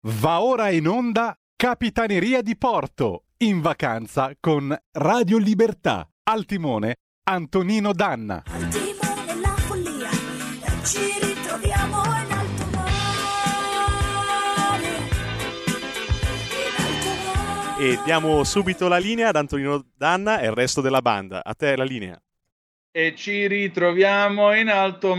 Va ora in onda Capitaneria di Porto, in vacanza con Radio Libertà. Al timone Antonino Danna. Al timone la follia, ci ritroviamo in alto mare. In alto mare. E diamo subito la linea ad Antonino Danna e il resto della banda. A te la linea. E ci ritroviamo in alto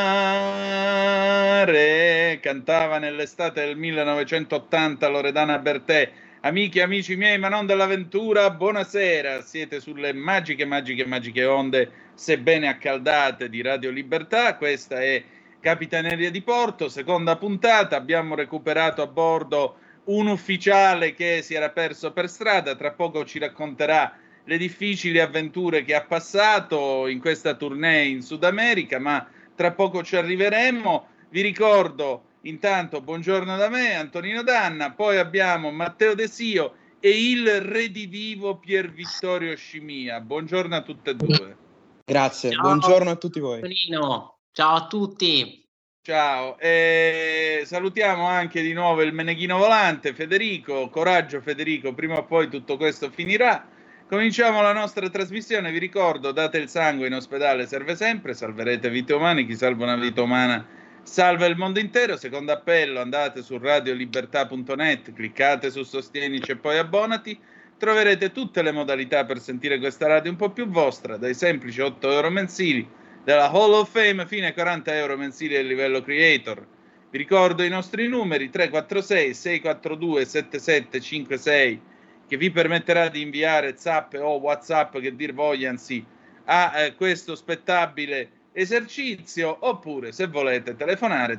mare, cantava nell'estate del 1980 Loredana Bertè. Amiche e amici miei, ma non dell'avventura, buonasera. Siete sulle magiche onde, sebbene accaldate, di Radio Libertà. Questa è Capitaneria di Porto, seconda puntata. Abbiamo recuperato a bordo un ufficiale che si era perso per strada. Tra poco ci racconterà le difficili avventure che ha passato in questa tournée in Sud America, ma tra poco ci arriveremo. Vi ricordo intanto, buongiorno da me, Antonino Danna, poi abbiamo Matteo De Sio e il redivivo Pier Vittorio Scimia. Buongiorno a tutte e due. Grazie, ciao, buongiorno a tutti voi. Antonino, ciao a tutti. Ciao, e salutiamo anche di nuovo il Meneghino Volante, Federico. Coraggio Federico, prima o poi tutto questo finirà. Cominciamo la nostra trasmissione, vi ricordo, date il sangue in ospedale, serve sempre, salverete vite umane, chi salva una vita umana salva il mondo intero. Secondo appello, andate su radiolibertà.net, cliccate su Sostienici e poi abbonati, troverete tutte le modalità per sentire questa radio un po' più vostra, dai semplici 8 euro mensili della Hall of Fame fino ai 40 euro mensili del livello Creator. Vi ricordo i nostri numeri 346 642 7756, che vi permetterà di inviare zap o WhatsApp, che dir vogliansi, a questo spettabile esercizio, oppure se volete telefonare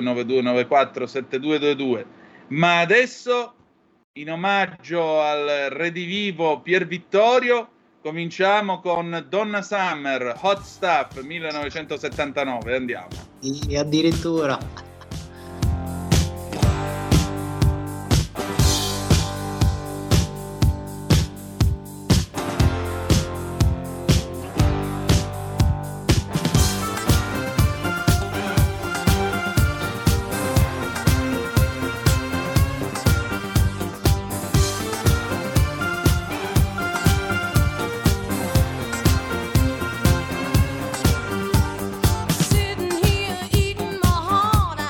0292947222. Ma adesso, in omaggio al redivivo Pier Vittorio, cominciamo con Donna Summer, Hot Stuff 1979. Andiamo. E addirittura Sitting here eating my heart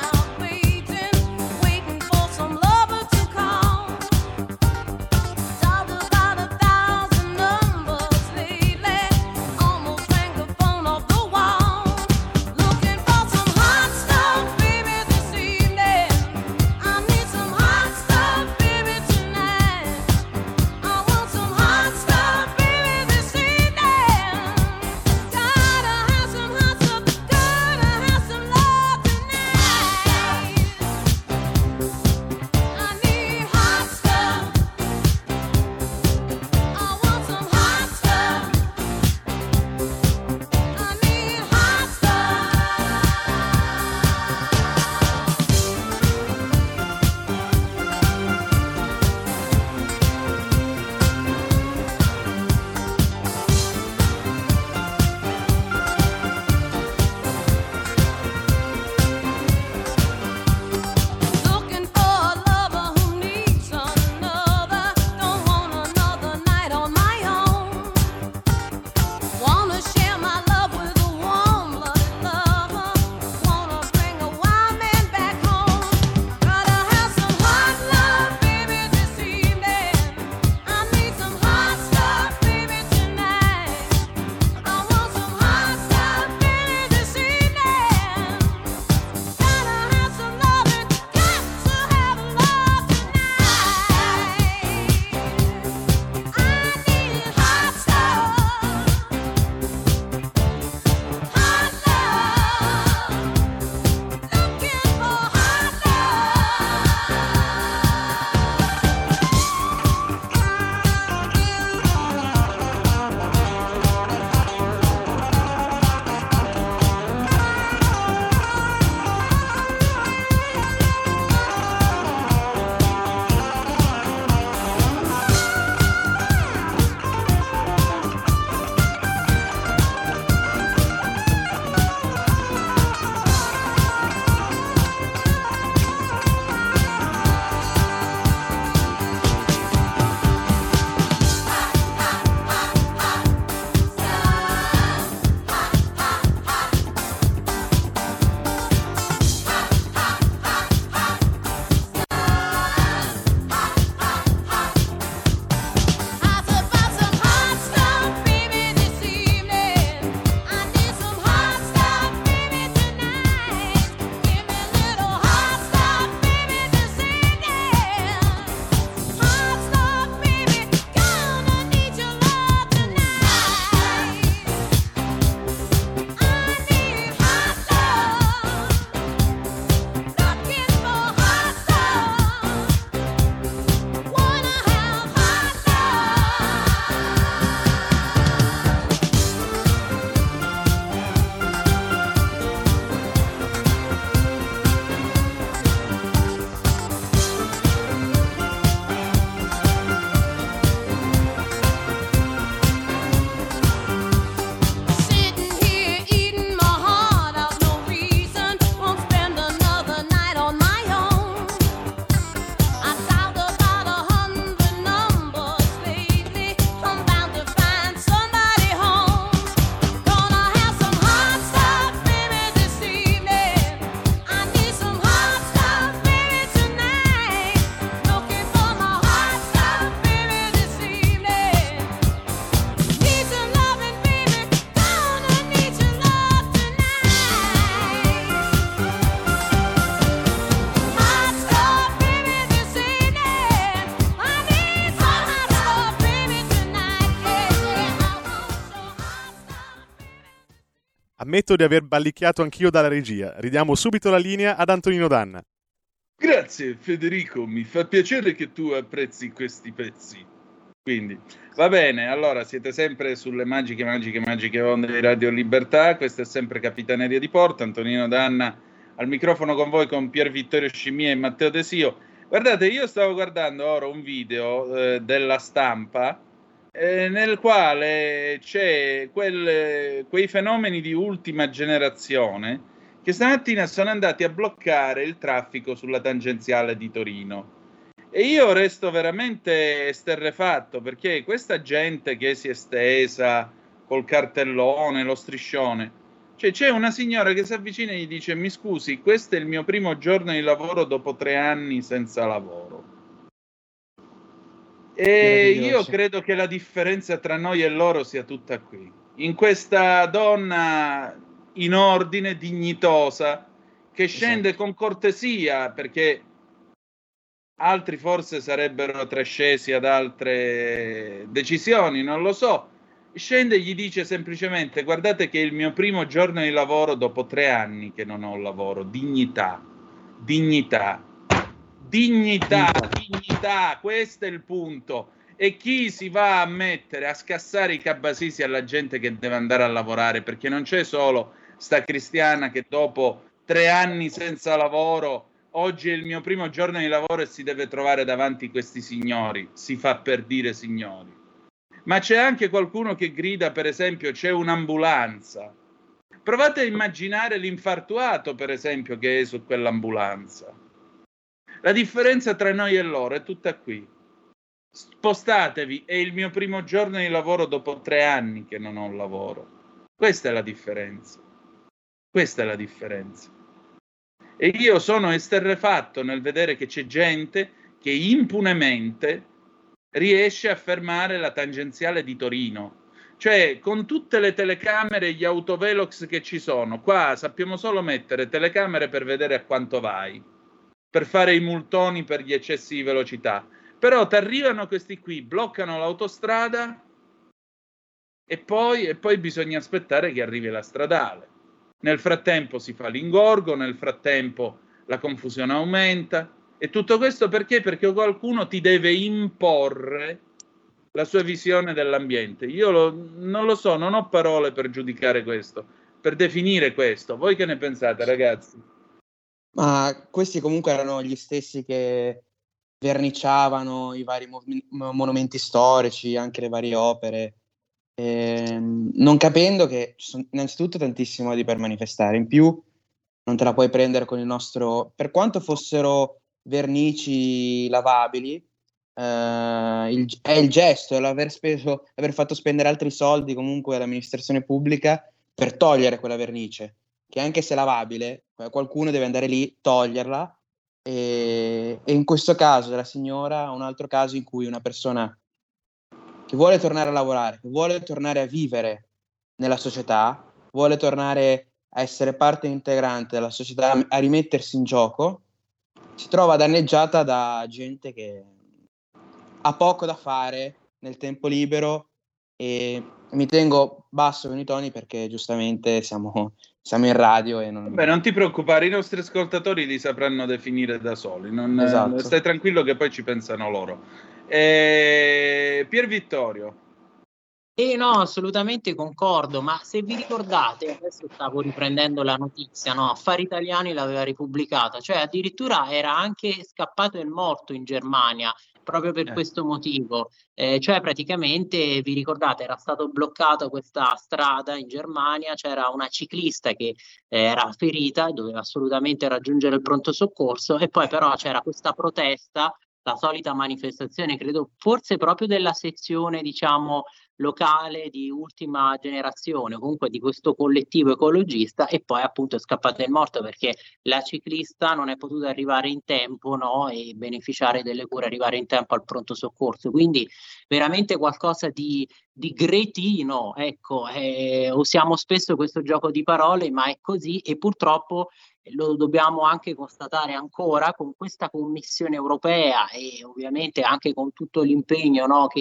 Ammetto di aver ballicchiato anch'io dalla regia. Ridiamo subito la linea ad Antonino Danna. Grazie Federico, mi fa piacere che tu apprezzi questi pezzi. Quindi, va bene, allora siete sempre sulle magiche onde di Radio Libertà, questa è sempre Capitaneria di Porto, Antonino Danna al microfono con voi con Pier Vittorio Scimia e Matteo Desio. Guardate, io stavo guardando ora un video della Stampa nel quale c'è quei fenomeni di ultima generazione che stamattina sono andati a bloccare il traffico sulla tangenziale di Torino. E io resto veramente esterrefatto, perché questa gente che si è stesa col cartellone, lo striscione, cioè c'è una signora che si avvicina e gli dice: mi scusi, questo è il mio primo giorno di lavoro dopo 3 anni senza lavoro. E io credo che la differenza tra noi e loro sia tutta qui, in questa donna in ordine, dignitosa, che scende con cortesia, perché altri forse sarebbero trascesi ad altre decisioni, non lo so. Scende e gli dice semplicemente: guardate che è il mio primo giorno di lavoro dopo 3 anni che non ho lavoro. Dignità, questo è il punto. E chi si va a mettere a scassare i cabasisi alla gente che deve andare a lavorare? Perché non c'è solo sta cristiana che dopo 3 anni senza lavoro, oggi è il mio primo giorno di lavoro e si deve trovare davanti questi signori, si fa per dire signori. Ma c'è anche qualcuno che grida, per esempio, c'è un'ambulanza. Provate a immaginare l'infartuato, per esempio, che è su quell'ambulanza. La differenza tra noi e loro è tutta qui. Spostatevi, è il mio primo giorno di lavoro dopo 3 anni che non ho lavoro. Questa è la differenza. Questa è la differenza. E io sono esterrefatto nel vedere che c'è gente che impunemente riesce a fermare la tangenziale di Torino. Cioè, con tutte le telecamere e gli autovelox che ci sono, qua sappiamo solo mettere telecamere per vedere a quanto vai, per fare i multoni per gli eccessi di velocità. Però ti arrivano questi qui, bloccano l'autostrada e poi bisogna aspettare che arrivi la stradale. Nel frattempo si fa l'ingorgo, nel frattempo la confusione aumenta. E tutto questo perché? Perché qualcuno ti deve imporre la sua visione dell'ambiente. Io non lo so, non ho parole per giudicare questo, per definire questo. Voi che ne pensate, ragazzi? Ma questi comunque erano gli stessi che verniciavano i vari monumenti storici, anche le varie opere, non capendo che ci sono innanzitutto tantissimi modi per manifestare. In più non te la puoi prendere con il nostro, per quanto fossero vernici lavabili, è il gesto, è l'aver fatto spendere altri soldi comunque all'amministrazione pubblica per togliere quella vernice, che anche se lavabile, qualcuno deve andare lì, toglierla. E in questo caso della signora, un altro caso in cui una persona che vuole tornare a lavorare, che vuole tornare a vivere nella società, vuole tornare a essere parte integrante della società, a rimettersi in gioco, si trova danneggiata da gente che ha poco da fare nel tempo libero. E mi tengo basso con i toni perché giustamente siamo in radio e non... Beh, non ti preoccupare, i nostri ascoltatori li sapranno definire da soli. Esatto. Stai tranquillo che poi ci pensano loro. Pier Vittorio. No, assolutamente concordo, ma se vi ricordate, adesso stavo riprendendo la notizia, no? Affari Italiani l'aveva ripubblicata, cioè addirittura era anche scappato e morto in Germania, proprio per questo motivo. Cioè praticamente, vi ricordate, era stato bloccato questa strada in Germania, c'era una ciclista che era ferita e doveva assolutamente raggiungere il pronto soccorso e poi però c'era questa protesta, la solita manifestazione, credo forse proprio della sezione, diciamo, locale di ultima generazione, comunque di questo collettivo ecologista, e poi appunto è scappato e morto perché la ciclista non è potuta arrivare in tempo, no? E beneficiare delle cure, arrivare in tempo al pronto soccorso. Quindi veramente qualcosa di gretino, ecco, usiamo spesso questo gioco di parole, ma è così e purtroppo lo dobbiamo anche constatare ancora con questa Commissione europea e ovviamente anche con tutto l'impegno, no, che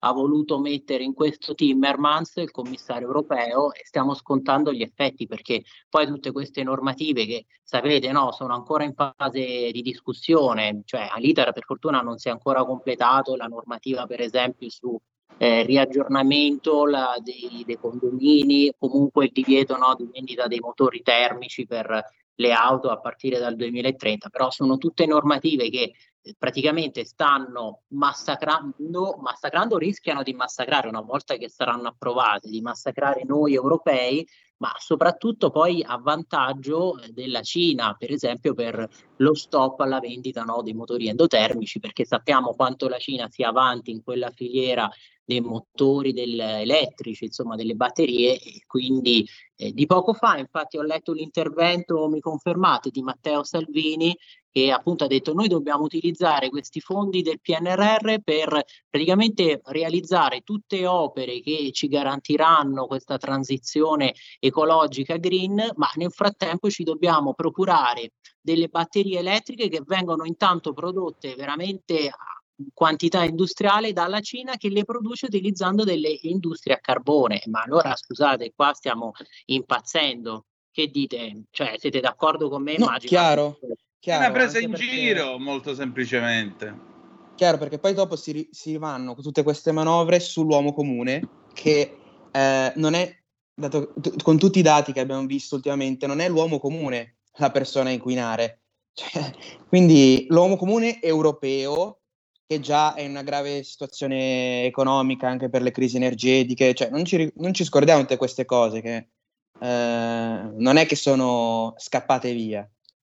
ha voluto mettere in questo Timmermans, il commissario europeo, e stiamo scontando gli effetti, perché poi tutte queste normative che sapete, no, sono ancora in fase di discussione, cioè l'iter per fortuna non si è ancora completato, la normativa per esempio su riaggiornamento dei condomini, comunque il divieto, no, di vendita dei motori termici per le auto a partire dal 2030, però sono tutte normative che praticamente stanno massacrando, rischiano di massacrare una volta che saranno approvate, di massacrare noi europei, ma soprattutto poi a vantaggio della Cina, per esempio per lo stop alla vendita, no, dei motori endotermici, perché sappiamo quanto la Cina sia avanti in quella filiera dei motori elettrici, insomma delle batterie, e quindi di poco fa infatti ho letto l'intervento, mi confermate, di Matteo Salvini, che appunto ha detto noi dobbiamo utilizzare questi fondi del PNRR per praticamente realizzare tutte opere che ci garantiranno questa transizione ecologica green, ma nel frattempo ci dobbiamo procurare delle batterie elettriche che vengono intanto prodotte veramente a quantità industriale dalla Cina, che le produce utilizzando delle industrie a carbone. Ma allora scusate, qua stiamo impazzendo. Che dite? Cioè, siete d'accordo con me? No, Immagino. chiaro, È una presa anche in perché- giro, molto semplicemente. Chiaro, perché poi dopo si vanno con tutte queste manovre sull'uomo comune, che non è, con tutti i dati che abbiamo visto ultimamente, non è l'uomo comune la persona a inquinare. Cioè, quindi l'uomo comune europeo, che già è in una grave situazione economica anche per le crisi energetiche, cioè non ci scordiamo tutte queste cose che non è che sono scappate via.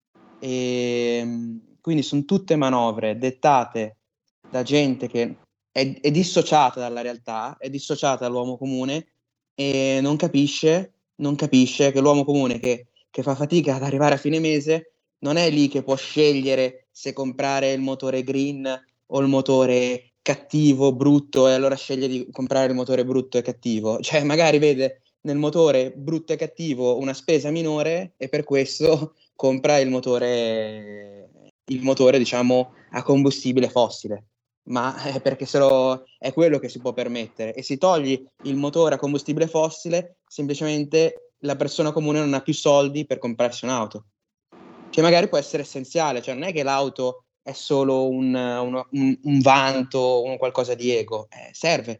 E quindi sono tutte manovre dettate da gente che è dissociata dalla realtà, è dissociata dall'uomo comune e non capisce che l'uomo comune che fa fatica ad arrivare a fine mese non è lì che può scegliere se comprare il motore green o il motore cattivo, brutto, e allora sceglie di comprare il motore brutto e cattivo. Cioè magari vede nel motore brutto e cattivo una spesa minore e per questo compra il motore diciamo a combustibile fossile, ma perché è quello che si può permettere, e si togli il motore a combustibile fossile, semplicemente la persona comune non ha più soldi per comprarsi un'auto, che magari può essere essenziale, cioè non è che l'auto è solo un vanto, un qualcosa di ego, serve.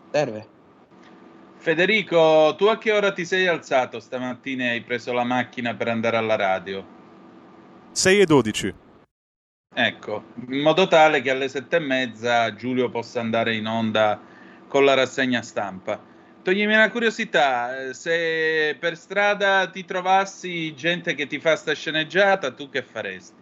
Federico, tu a che ora ti sei alzato stamattina e hai preso la macchina per andare alla radio? 6:12. Ecco, in modo tale che alle 7:30 Giulio possa andare in onda con la rassegna stampa. Toglimi una curiosità, se per strada ti trovassi gente che ti fa sta sceneggiata, tu che faresti?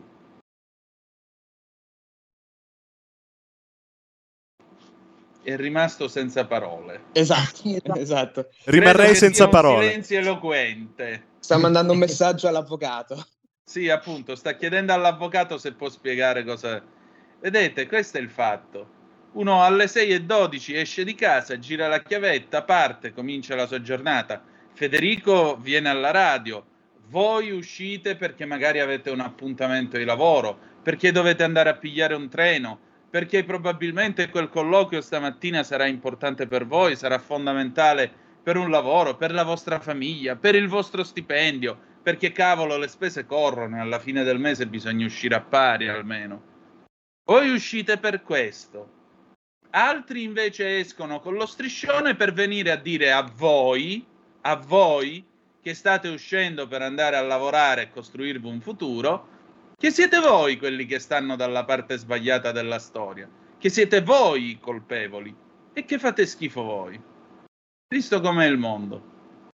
È rimasto senza parole. Esatto. Rimarrei Credo che senza sia un parole. silenzio eloquente. Sta mandando un messaggio all'avvocato. Sì, appunto, sta chiedendo all'avvocato se può spiegare cosa... Vedete, questo è il fatto. Uno alle 6:12 esce di casa, gira la chiavetta, parte, comincia la sua giornata. Federico viene alla radio. Voi uscite perché magari avete un appuntamento di lavoro, perché dovete andare a pigliare un treno, perché probabilmente quel colloquio stamattina sarà importante per voi, sarà fondamentale per un lavoro, per la vostra famiglia, per il vostro stipendio, perché cavolo le spese corrono e alla fine del mese bisogna uscire a pari almeno. Voi uscite per questo. Altri invece escono con lo striscione per venire a dire a voi che state uscendo per andare a lavorare e costruirvi un futuro, che siete voi quelli che stanno dalla parte sbagliata della storia, che siete voi i colpevoli e che fate schifo voi. Visto com'è il mondo.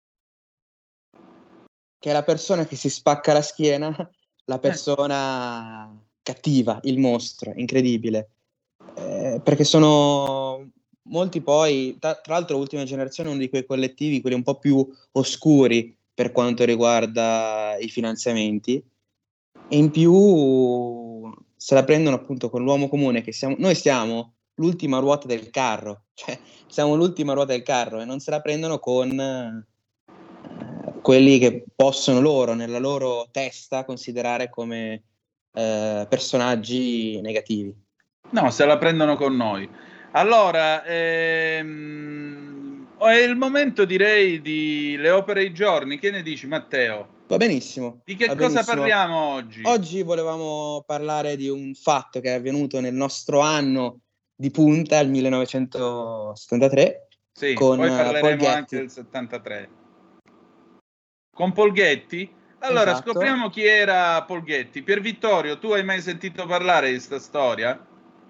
Che è la persona che si spacca la schiena, la persona cattiva, il mostro, incredibile. Perché sono molti poi, tra l'altro l'ultima generazione è uno di quei collettivi, quelli un po' più oscuri per quanto riguarda i finanziamenti, e in più se la prendono appunto con l'uomo comune, che noi siamo l'ultima ruota del carro, cioè siamo l'ultima ruota del carro, e non se la prendono con quelli che possono loro, nella loro testa, considerare come personaggi negativi. No, se la prendono con noi. Allora, è il momento, direi, di Le opere e i giorni. Che ne dici, Matteo? Va benissimo. Di che Va cosa benissimo. parliamo oggi? Oggi volevamo parlare di un fatto che è avvenuto nel nostro anno di punta, il 1973, Sì, con poi Paul parleremo anche Getty. del 73. Con Paul Getty? Allora, Esatto. scopriamo chi era Paul Getty. Pier Vittorio, tu hai mai sentito parlare di questa storia?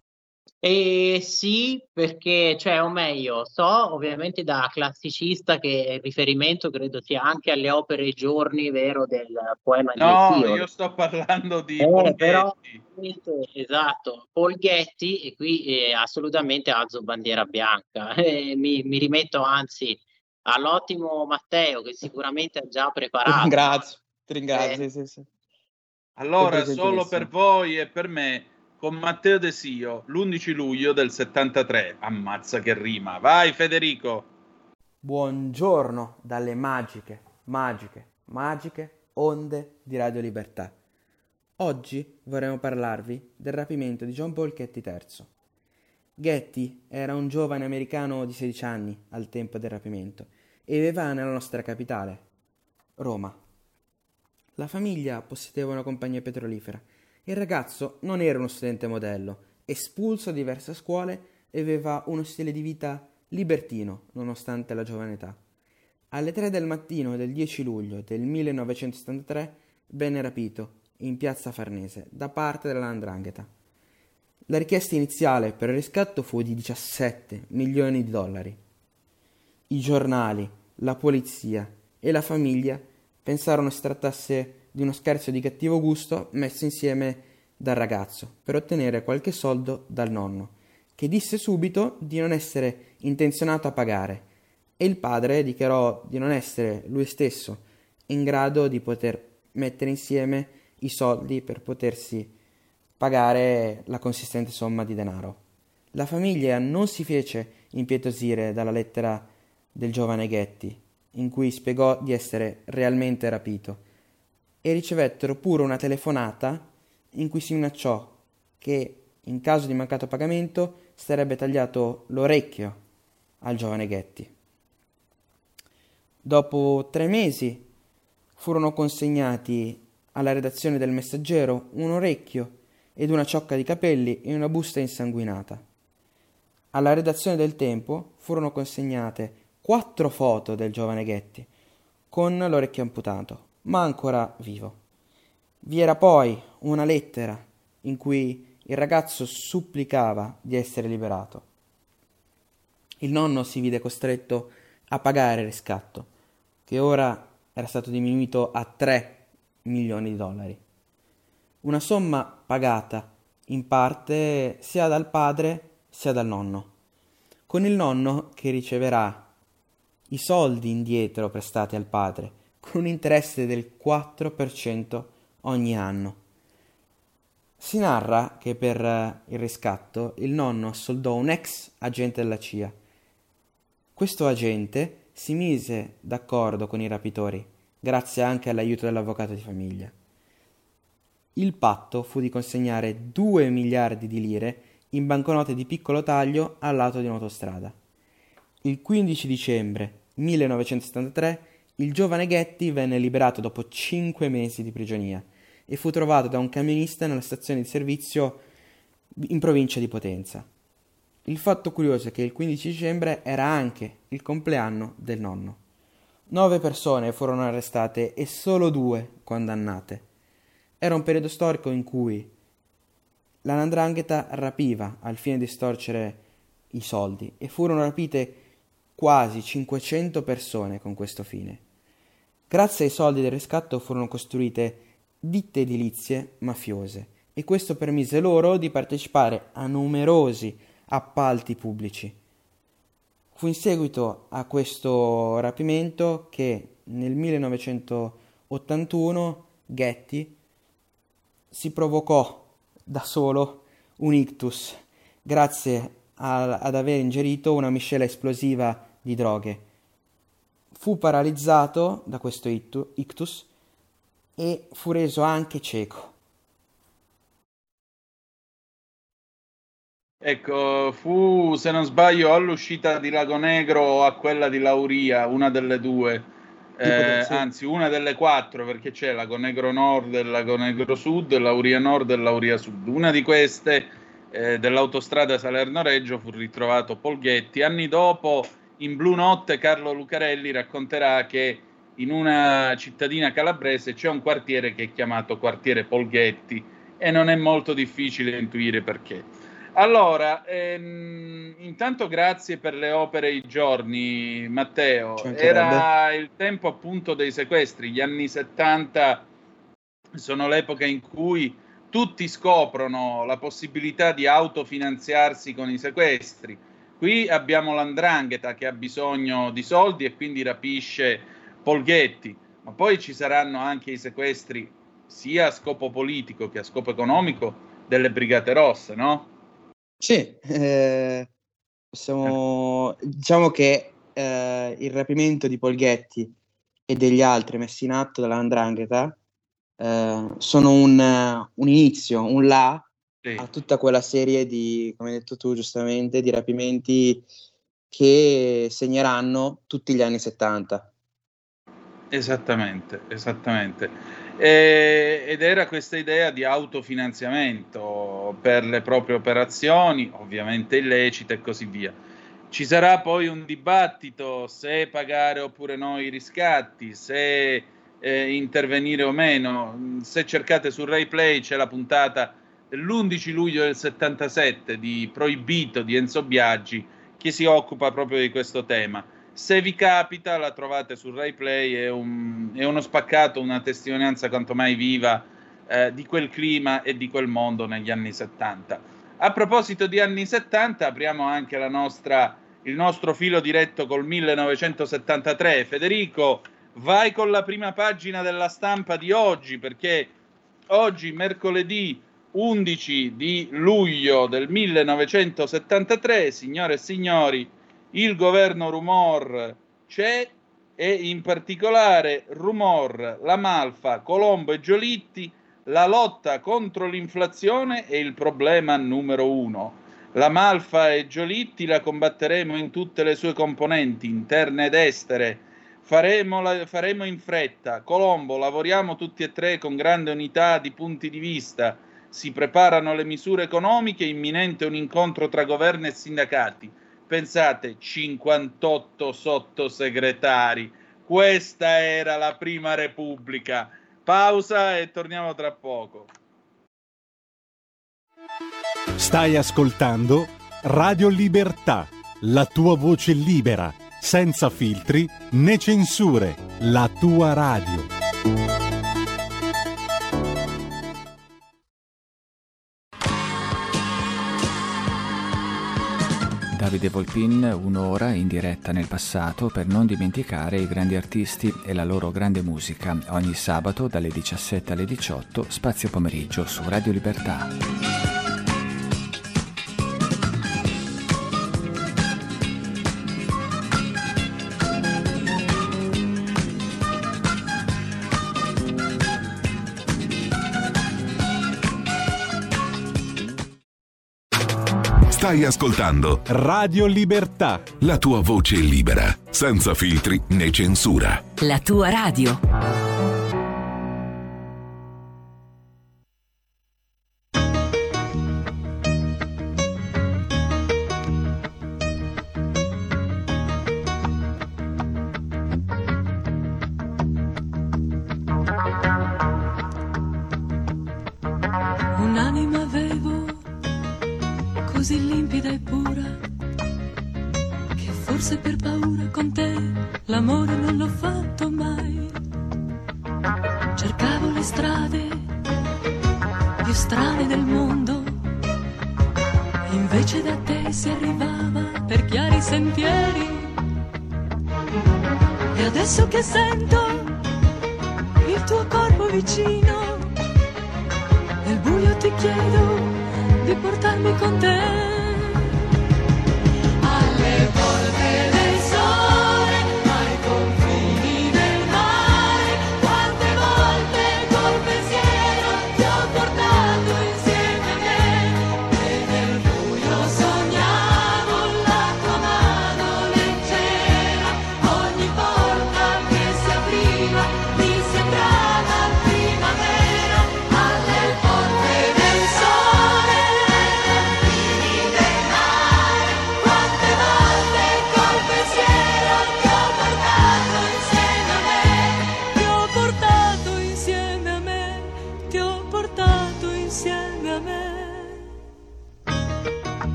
Sì, perché, cioè, o meglio, so ovviamente da classicista che il riferimento credo sia anche alle opere e giorni, vero, del poema di No, io Esiode. sto parlando di Paul Però, Getty. esatto, Paul Getty, e qui assolutamente alzo bandiera bianca. Mi rimetto anzi all'ottimo Matteo che sicuramente ha già Ti preparato, no? ringrazio, ti ringrazio, sì, sì. Allora, Sempre solo per gentilissimo. voi e per me, con Matteo Desio, l'11 luglio del 73. Ammazza che rima. Vai, Federico. Buongiorno dalle magiche onde di Radio Libertà. Oggi vorremmo parlarvi del rapimento di John Paul Getty III. Getty era un giovane americano di 16 anni al tempo del rapimento e viveva nella nostra capitale, Roma. La famiglia possedeva una compagnia petrolifera. Il ragazzo non era uno studente modello, espulso da diverse scuole e aveva uno stile di vita libertino nonostante la giovane età. Alle 3 del mattino del 10 luglio del 1973 venne rapito in piazza Farnese da parte della 'Ndrangheta. La richiesta iniziale per il riscatto fu di 17 milioni di dollari. I giornali, la polizia e la famiglia pensarono si trattasse di uno scherzo di cattivo gusto messo insieme dal ragazzo per ottenere qualche soldo dal nonno, che disse subito di non essere intenzionato a pagare, e il padre dichiarò di non essere lui stesso in grado di poter mettere insieme i soldi per potersi pagare la consistente somma di denaro. La famiglia non si fece impietosire dalla lettera del giovane Getty, in cui spiegò di essere realmente rapito, e ricevettero pure una telefonata in cui si minacciò che, in caso di mancato pagamento, sarebbe tagliato l'orecchio al giovane Getty. Dopo 3 mesi furono consegnati alla redazione del Messaggero un orecchio ed una ciocca di capelli in una busta insanguinata. Alla redazione del Tempo furono consegnate 4 foto del giovane Getty con l'orecchio amputato, ma ancora vivo. Vi era poi una lettera in cui il ragazzo supplicava di essere liberato. Il nonno si vide costretto a pagare il riscatto, che ora era stato diminuito a 3 milioni di dollari. Una somma pagata in parte sia dal padre sia dal nonno, con il nonno che riceverà i soldi indietro prestati al padre con un interesse del 4% ogni anno. Si narra che per il riscatto il nonno soldò un ex agente della CIA. Questo agente si mise d'accordo con i rapitori, grazie anche all'aiuto dell'avvocato di famiglia. Il patto fu di consegnare 2 miliardi di lire in banconote di piccolo taglio al lato di un'autostrada. Il 15 dicembre 1973 il giovane Getty venne liberato dopo 5 mesi di prigionia e fu trovato da un camionista nella stazione di servizio in provincia di Potenza. Il fatto curioso è che il 15 dicembre era anche il compleanno del nonno. 9 persone furono arrestate e solo 2 condannate. Era un periodo storico in cui la 'Ndrangheta rapiva al fine di estorcere i soldi e furono rapite quasi 500 persone con questo fine. Grazie ai soldi del riscatto furono costruite ditte edilizie mafiose e questo permise loro di partecipare a numerosi appalti pubblici. Fu in seguito a questo rapimento che nel 1981 Getty si provocò da solo un ictus grazie ad aver ingerito una miscela esplosiva di droghe. Fu paralizzato da questo ictus e fu reso anche cieco. Ecco, fu, se non sbaglio, all'uscita di Lago Negro o a quella di Lauria, una delle due, Sì. anzi una delle quattro, perché c'è Lago Negro Nord e Lago Negro Sud, Lauria Nord e Lauria Sud. Una di queste, dell'autostrada Salerno-Reggio, fu ritrovato Polghetti. Anni dopo, in Blu Notte, Carlo Lucarelli racconterà che in una cittadina calabrese c'è un quartiere che è chiamato quartiere Polghetti e non è molto difficile intuire perché. Allora, intanto grazie per le opere i giorni, Matteo. Era il tempo appunto dei sequestri. Gli anni 70 sono l'epoca in cui tutti scoprono la possibilità di autofinanziarsi con i sequestri. Qui abbiamo l''ndrangheta che ha bisogno di soldi e quindi rapisce Polghetti, ma poi ci saranno anche i sequestri sia a scopo politico che a scopo economico delle Brigate Rosse, no? Sì, diciamo che il rapimento di Polghetti e degli altri messi in atto dalla 'ndrangheta sono un inizio, un là a tutta quella serie di, come hai detto tu giustamente, di rapimenti che segneranno tutti gli anni 70. Esattamente. Ed era questa idea di autofinanziamento per le proprie operazioni, ovviamente illecite e così via. Ci sarà poi un dibattito se pagare oppure no i riscatti, se intervenire o meno. Se cercate su Rai Play c'è la puntata dell'11 luglio del 77 di Proibito di Enzo Biaggi che si occupa proprio di questo tema. Se vi capita, la trovate su Rai Play, è uno spaccato, una testimonianza quanto mai viva di quel clima e di quel mondo negli anni 70. A proposito di anni 70, apriamo anche il nostro filo diretto col 1973. Federico, vai con la prima pagina della Stampa di oggi, perché oggi, mercoledì 11 di luglio del 1973, signore e signori, il governo Rumor c'è e in particolare Rumor, La Malfa, Colombo e Giolitti, la lotta contro l'inflazione è il problema numero uno. La Malfa e Giolitti la combatteremo in tutte le sue componenti, interne ed estere. Faremo in fretta. Colombo, lavoriamo tutti e tre con grande unità di punti di vista. Si preparano le misure economiche, imminente un incontro tra governo e sindacati. Pensate, 58 sottosegretari. Questa era la Prima Repubblica. Pausa e torniamo tra poco. Stai ascoltando Radio Libertà, la tua voce libera, senza filtri né censure, la tua radio. Davide Volpin, un'ora in diretta nel passato per non dimenticare i grandi artisti e la loro grande musica. Ogni sabato dalle 17 alle 18, spazio pomeriggio su Radio Libertà. Stai ascoltando Radio Libertà, la tua voce libera, senza filtri né censura. La tua radio. Un'anima avevo così limpida e pura che forse per paura con te l'amore non l'ho fatto mai. Cercavo le strade più strane del mondo, invece da te si arrivava per chiari sentieri. E adesso che sento il tuo corpo vicino, nel buio ti chiedo di portarmi con te alle porte del sole, ai confini del mare. Quante volte col pensiero ti ho portato insieme a me e nel buio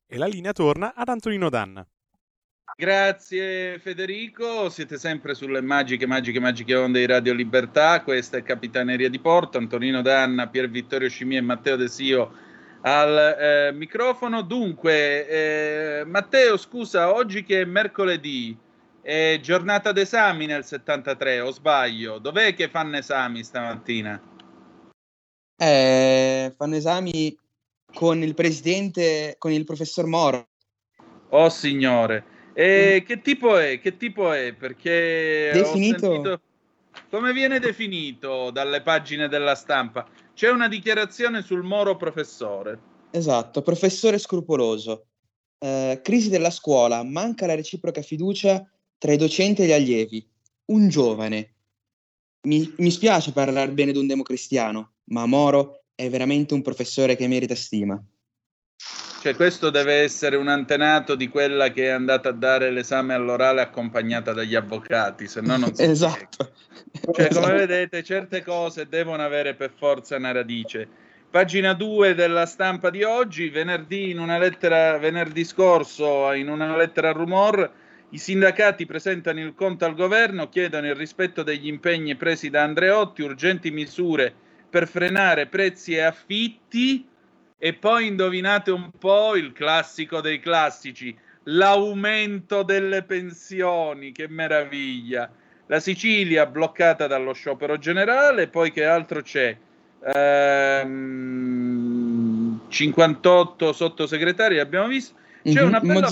E la linea torna ad Antonino Danna. Grazie Federico, siete sempre sulle magiche onde di Radio Libertà. Questa è Capitaneria di Porto. Antonino Danna, Pier Vittorio Scimia e Matteo De Sio al microfono. Dunque, Matteo, scusa, oggi che è mercoledì, è giornata d'esami nel 73, o sbaglio? Dov'è che fanno esami stamattina? Fanno esami con il presidente, con il professor Moro. Oh signore. Che tipo è? Perché definito... ho sentito... Come viene definito dalle pagine della stampa? C'è una dichiarazione sul Moro professore. Esatto, professore scrupoloso. Crisi della scuola, manca la reciproca fiducia tra i docenti e gli allievi. Un giovane. Mi spiace parlare bene di un democristiano, ma Moro è veramente un professore che merita stima. Cioè questo deve essere un antenato di quella che è andata a dare l'esame all'orale accompagnata dagli avvocati, se no non si esatto. Cioè, come vedete, certe cose devono avere per forza una radice. Pagina 2 della stampa di oggi, venerdì scorso, in una lettera a Rumor, i sindacati presentano il conto al governo, chiedono il rispetto degli impegni presi da Andreotti, urgenti misure per frenare prezzi e affitti. E poi indovinate un po' il classico dei classici, l'aumento delle pensioni, che meraviglia. La Sicilia bloccata dallo sciopero generale, poi che altro c'è? 58 sottosegretari abbiamo visto. C'è una bella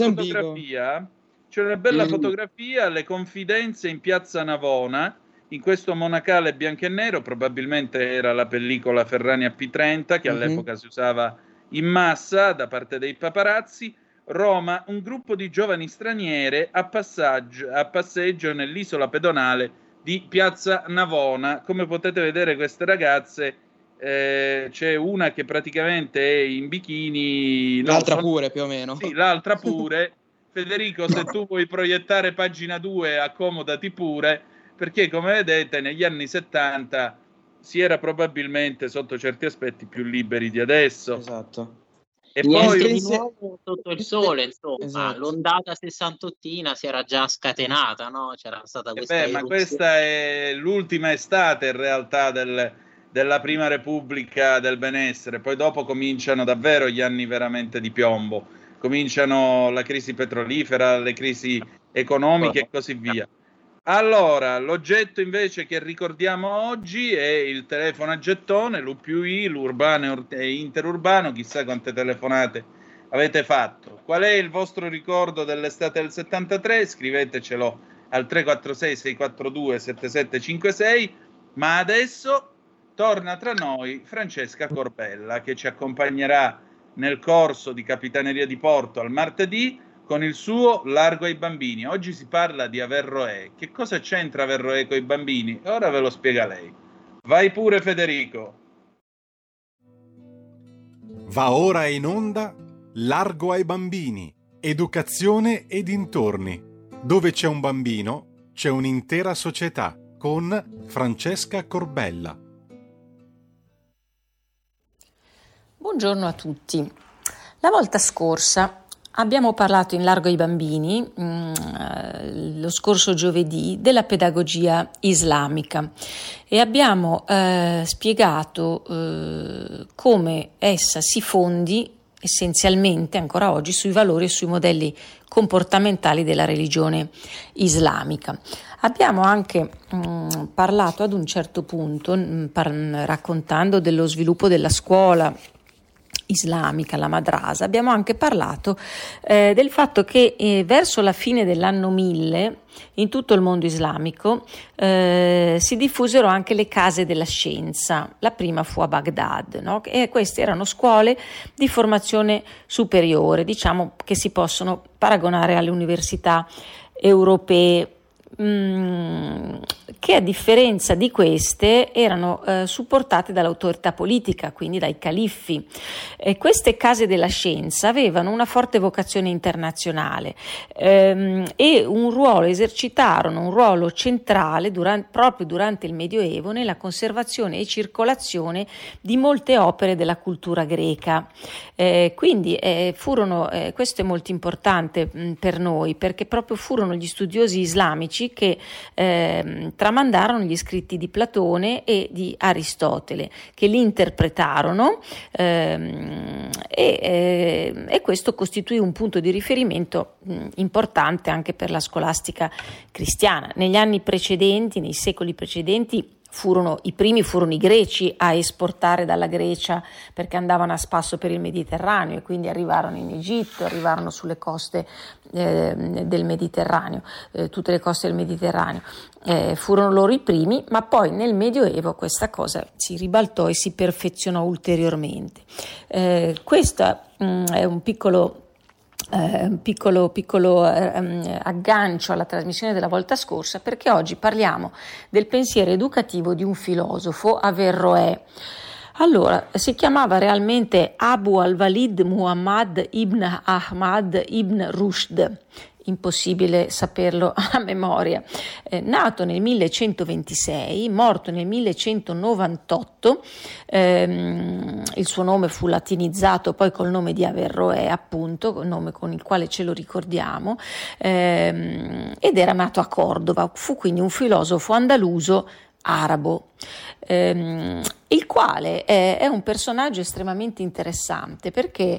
fotografia, le confidenze in piazza Navona, in questo monacale bianco e nero, probabilmente era la pellicola Ferrani a P30 che all'epoca si usava in massa da parte dei paparazzi. Roma, un gruppo di giovani straniere a passeggio nell'isola pedonale di piazza Navona. Come potete vedere, queste ragazze, c'è una che praticamente è in bikini, l'altra pure più o meno. Sì, l'altra pure. Federico, se tu vuoi proiettare pagina 2, accomodati pure, perché come vedete negli anni 70 si era probabilmente sotto certi aspetti più liberi di adesso. Esatto. E poi di nuovo sotto il sole, insomma, esatto. L'ondata sessantottina si era già scatenata, no? C'era stata questa ma questa è l'ultima estate in realtà della Prima Repubblica del benessere, poi dopo cominciano davvero gli anni veramente di piombo, cominciano la crisi petrolifera, le crisi economiche e così via. Allora, l'oggetto invece che ricordiamo oggi è il telefono a gettone, l'UPI, l'urbano e interurbano. Chissà quante telefonate avete fatto. Qual è il vostro ricordo dell'estate del 73? Scrivetecelo al 346-642-7756. Ma adesso torna tra noi Francesca Corbella, che ci accompagnerà nel corso di Capitaneria di Porto al martedì con il suo Largo ai bambini. Oggi si parla di Averroè. Che cosa c'entra Averroè con i bambini? Ora ve lo spiega lei. Vai pure Federico. Va ora in onda Largo ai bambini, educazione e dintorni. Dove c'è un bambino, c'è un'intera società, con Francesca Corbella. Buongiorno a tutti. La volta scorsa abbiamo parlato in largo ai bambini, lo scorso giovedì, della pedagogia islamica e abbiamo spiegato come essa si fondi essenzialmente ancora oggi sui valori e sui modelli comportamentali della religione islamica. Abbiamo anche parlato ad un certo punto, raccontando dello sviluppo della scuola islamica, la madrasa. Abbiamo anche parlato del fatto che verso la fine dell'anno 1000 in tutto il mondo islamico si diffusero anche le case della scienza. La prima fu a Baghdad, no? E queste erano scuole di formazione superiore, diciamo che si possono paragonare alle università europee che a differenza di queste erano supportate dall'autorità politica, quindi dai califfi. Queste case della scienza avevano una forte vocazione internazionale e esercitarono un ruolo centrale proprio durante il Medioevo nella conservazione e circolazione di molte opere della cultura greca. Quindi questo è molto importante per noi, perché proprio furono gli studiosi islamici che tramandarono gli scritti di Platone e di Aristotele, che li interpretarono e questo costituì un punto di riferimento importante anche per la scolastica cristiana. Negli anni precedenti, nei secoli precedenti, i primi furono i greci a esportare dalla Grecia, perché andavano a spasso per il Mediterraneo e quindi arrivarono in Egitto, arrivarono sulle coste del Mediterraneo, tutte le coste del Mediterraneo. Furono loro i primi, ma poi nel Medioevo questa cosa si ribaltò e si perfezionò ulteriormente. Questo è un piccolo aggancio alla trasmissione della volta scorsa, perché oggi parliamo del pensiero educativo di un filosofo, Averroè. Allora, si chiamava realmente Abu al-Walid Muhammad ibn Ahmad ibn Rushd, impossibile saperlo a memoria, nato nel 1126, morto nel 1198, il suo nome fu latinizzato poi col nome di Averroè, appunto, il nome con il quale ce lo ricordiamo, ed era nato a Cordova, fu quindi un filosofo andaluso arabo, il quale è un personaggio estremamente interessante, perché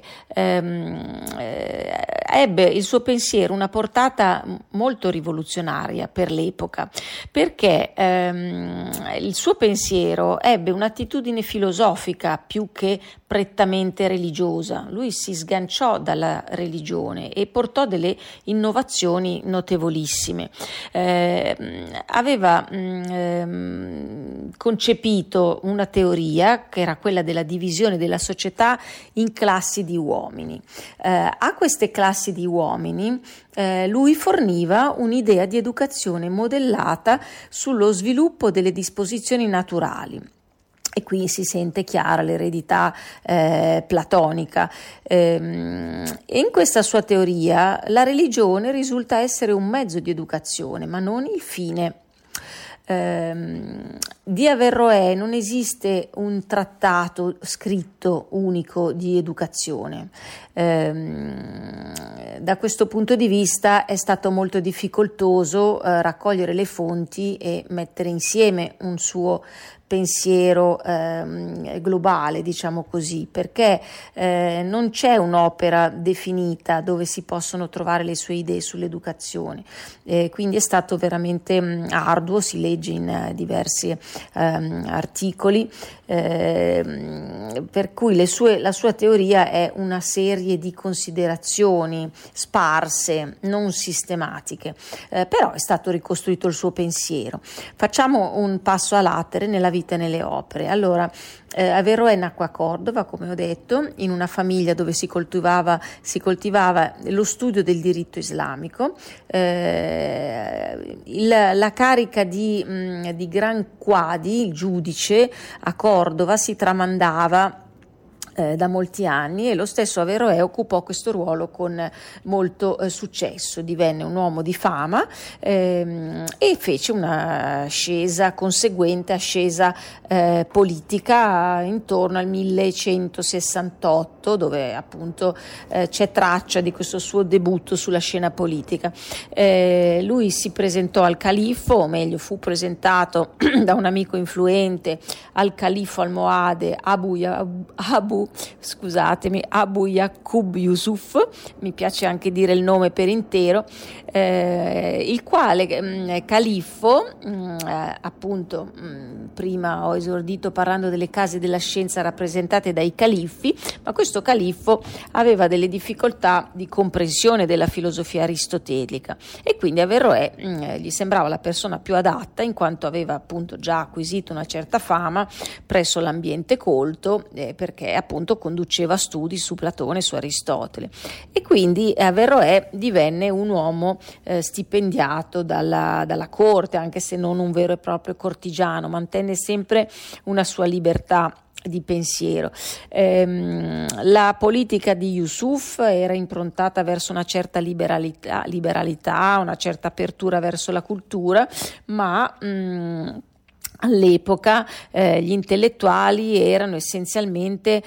ebbe il suo pensiero una portata molto rivoluzionaria per l'epoca, perché il suo pensiero ebbe un'attitudine filosofica più che prettamente religiosa. Lui si sganciò dalla religione e portò delle innovazioni notevolissime. Aveva concepito una teoria che era quella della divisione della società in classi di uomini. A queste classi di uomini lui forniva un'idea di educazione modellata sullo sviluppo delle disposizioni naturali. E qui si sente chiara l'eredità platonica. E in questa sua teoria la religione risulta essere un mezzo di educazione, ma non il fine. Di Averroè non esiste un trattato scritto unico di educazione. Da questo punto di vista è stato molto difficoltoso raccogliere le fonti e mettere insieme un suo pensiero globale, diciamo così, perché non c'è un'opera definita dove si possono trovare le sue idee sull'educazione, quindi è stato veramente arduo, si legge in diversi articoli, per cui la sua teoria è una serie di considerazioni sparse, non sistematiche, però è stato ricostruito il suo pensiero. Facciamo un passo a latere nella vita e nelle opere. Allora, Averroè nacque a Cordova, come ho detto, in una famiglia dove si coltivava lo studio del diritto islamico. La carica di Gran Quadi, il giudice, a Cordova si tramandava da molti anni, e lo stesso Averroè occupò questo ruolo con molto successo. Divenne un uomo di fama e fece una conseguente ascesa politica intorno al 1168, dove appunto c'è traccia di questo suo debutto sulla scena politica. Lui si presentò al califfo, o meglio fu presentato da un amico influente al califfo almohade Abu Yaqub Yusuf, mi piace anche dire il nome per intero, il quale califfo, appunto prima ho esordito parlando delle case della scienza rappresentate dai califfi, ma questo califfo aveva delle difficoltà di comprensione della filosofia aristotelica, e quindi Averroè gli sembrava la persona più adatta, in quanto aveva appunto già acquisito una certa fama presso l'ambiente colto, perché appunto appunto conduceva studi su Platone e su Aristotele, e quindi Averroè divenne un uomo stipendiato dalla corte, anche se non un vero e proprio cortigiano, mantenne sempre una sua libertà di pensiero. La politica di Yusuf era improntata verso una certa liberalità, una certa apertura verso la cultura, ma all'epoca gli intellettuali erano essenzialmente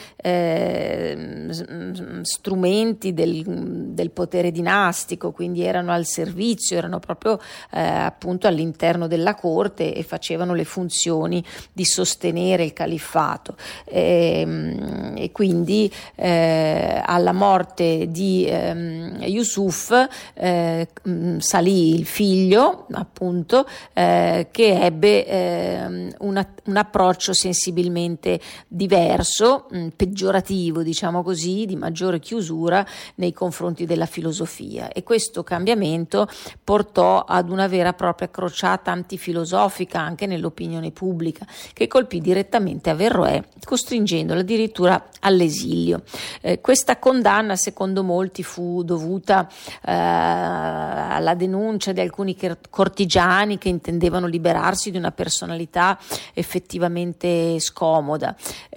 strumenti del potere dinastico, quindi erano al servizio, erano proprio appunto all'interno della corte e facevano le funzioni di sostenere il califfato, e quindi alla morte di Yusuf salì il figlio, appunto, che ebbe un approccio sensibilmente diverso, peggiorativo, diciamo così, di maggiore chiusura nei confronti della filosofia, e questo cambiamento portò ad una vera e propria crociata antifilosofica anche nell'opinione pubblica, che colpì direttamente Averroè, costringendolo addirittura all'esilio. Questa condanna, secondo molti, fu dovuta alla denuncia di alcuni cortigiani che intendevano liberarsi di una personalità effettivamente scomoda.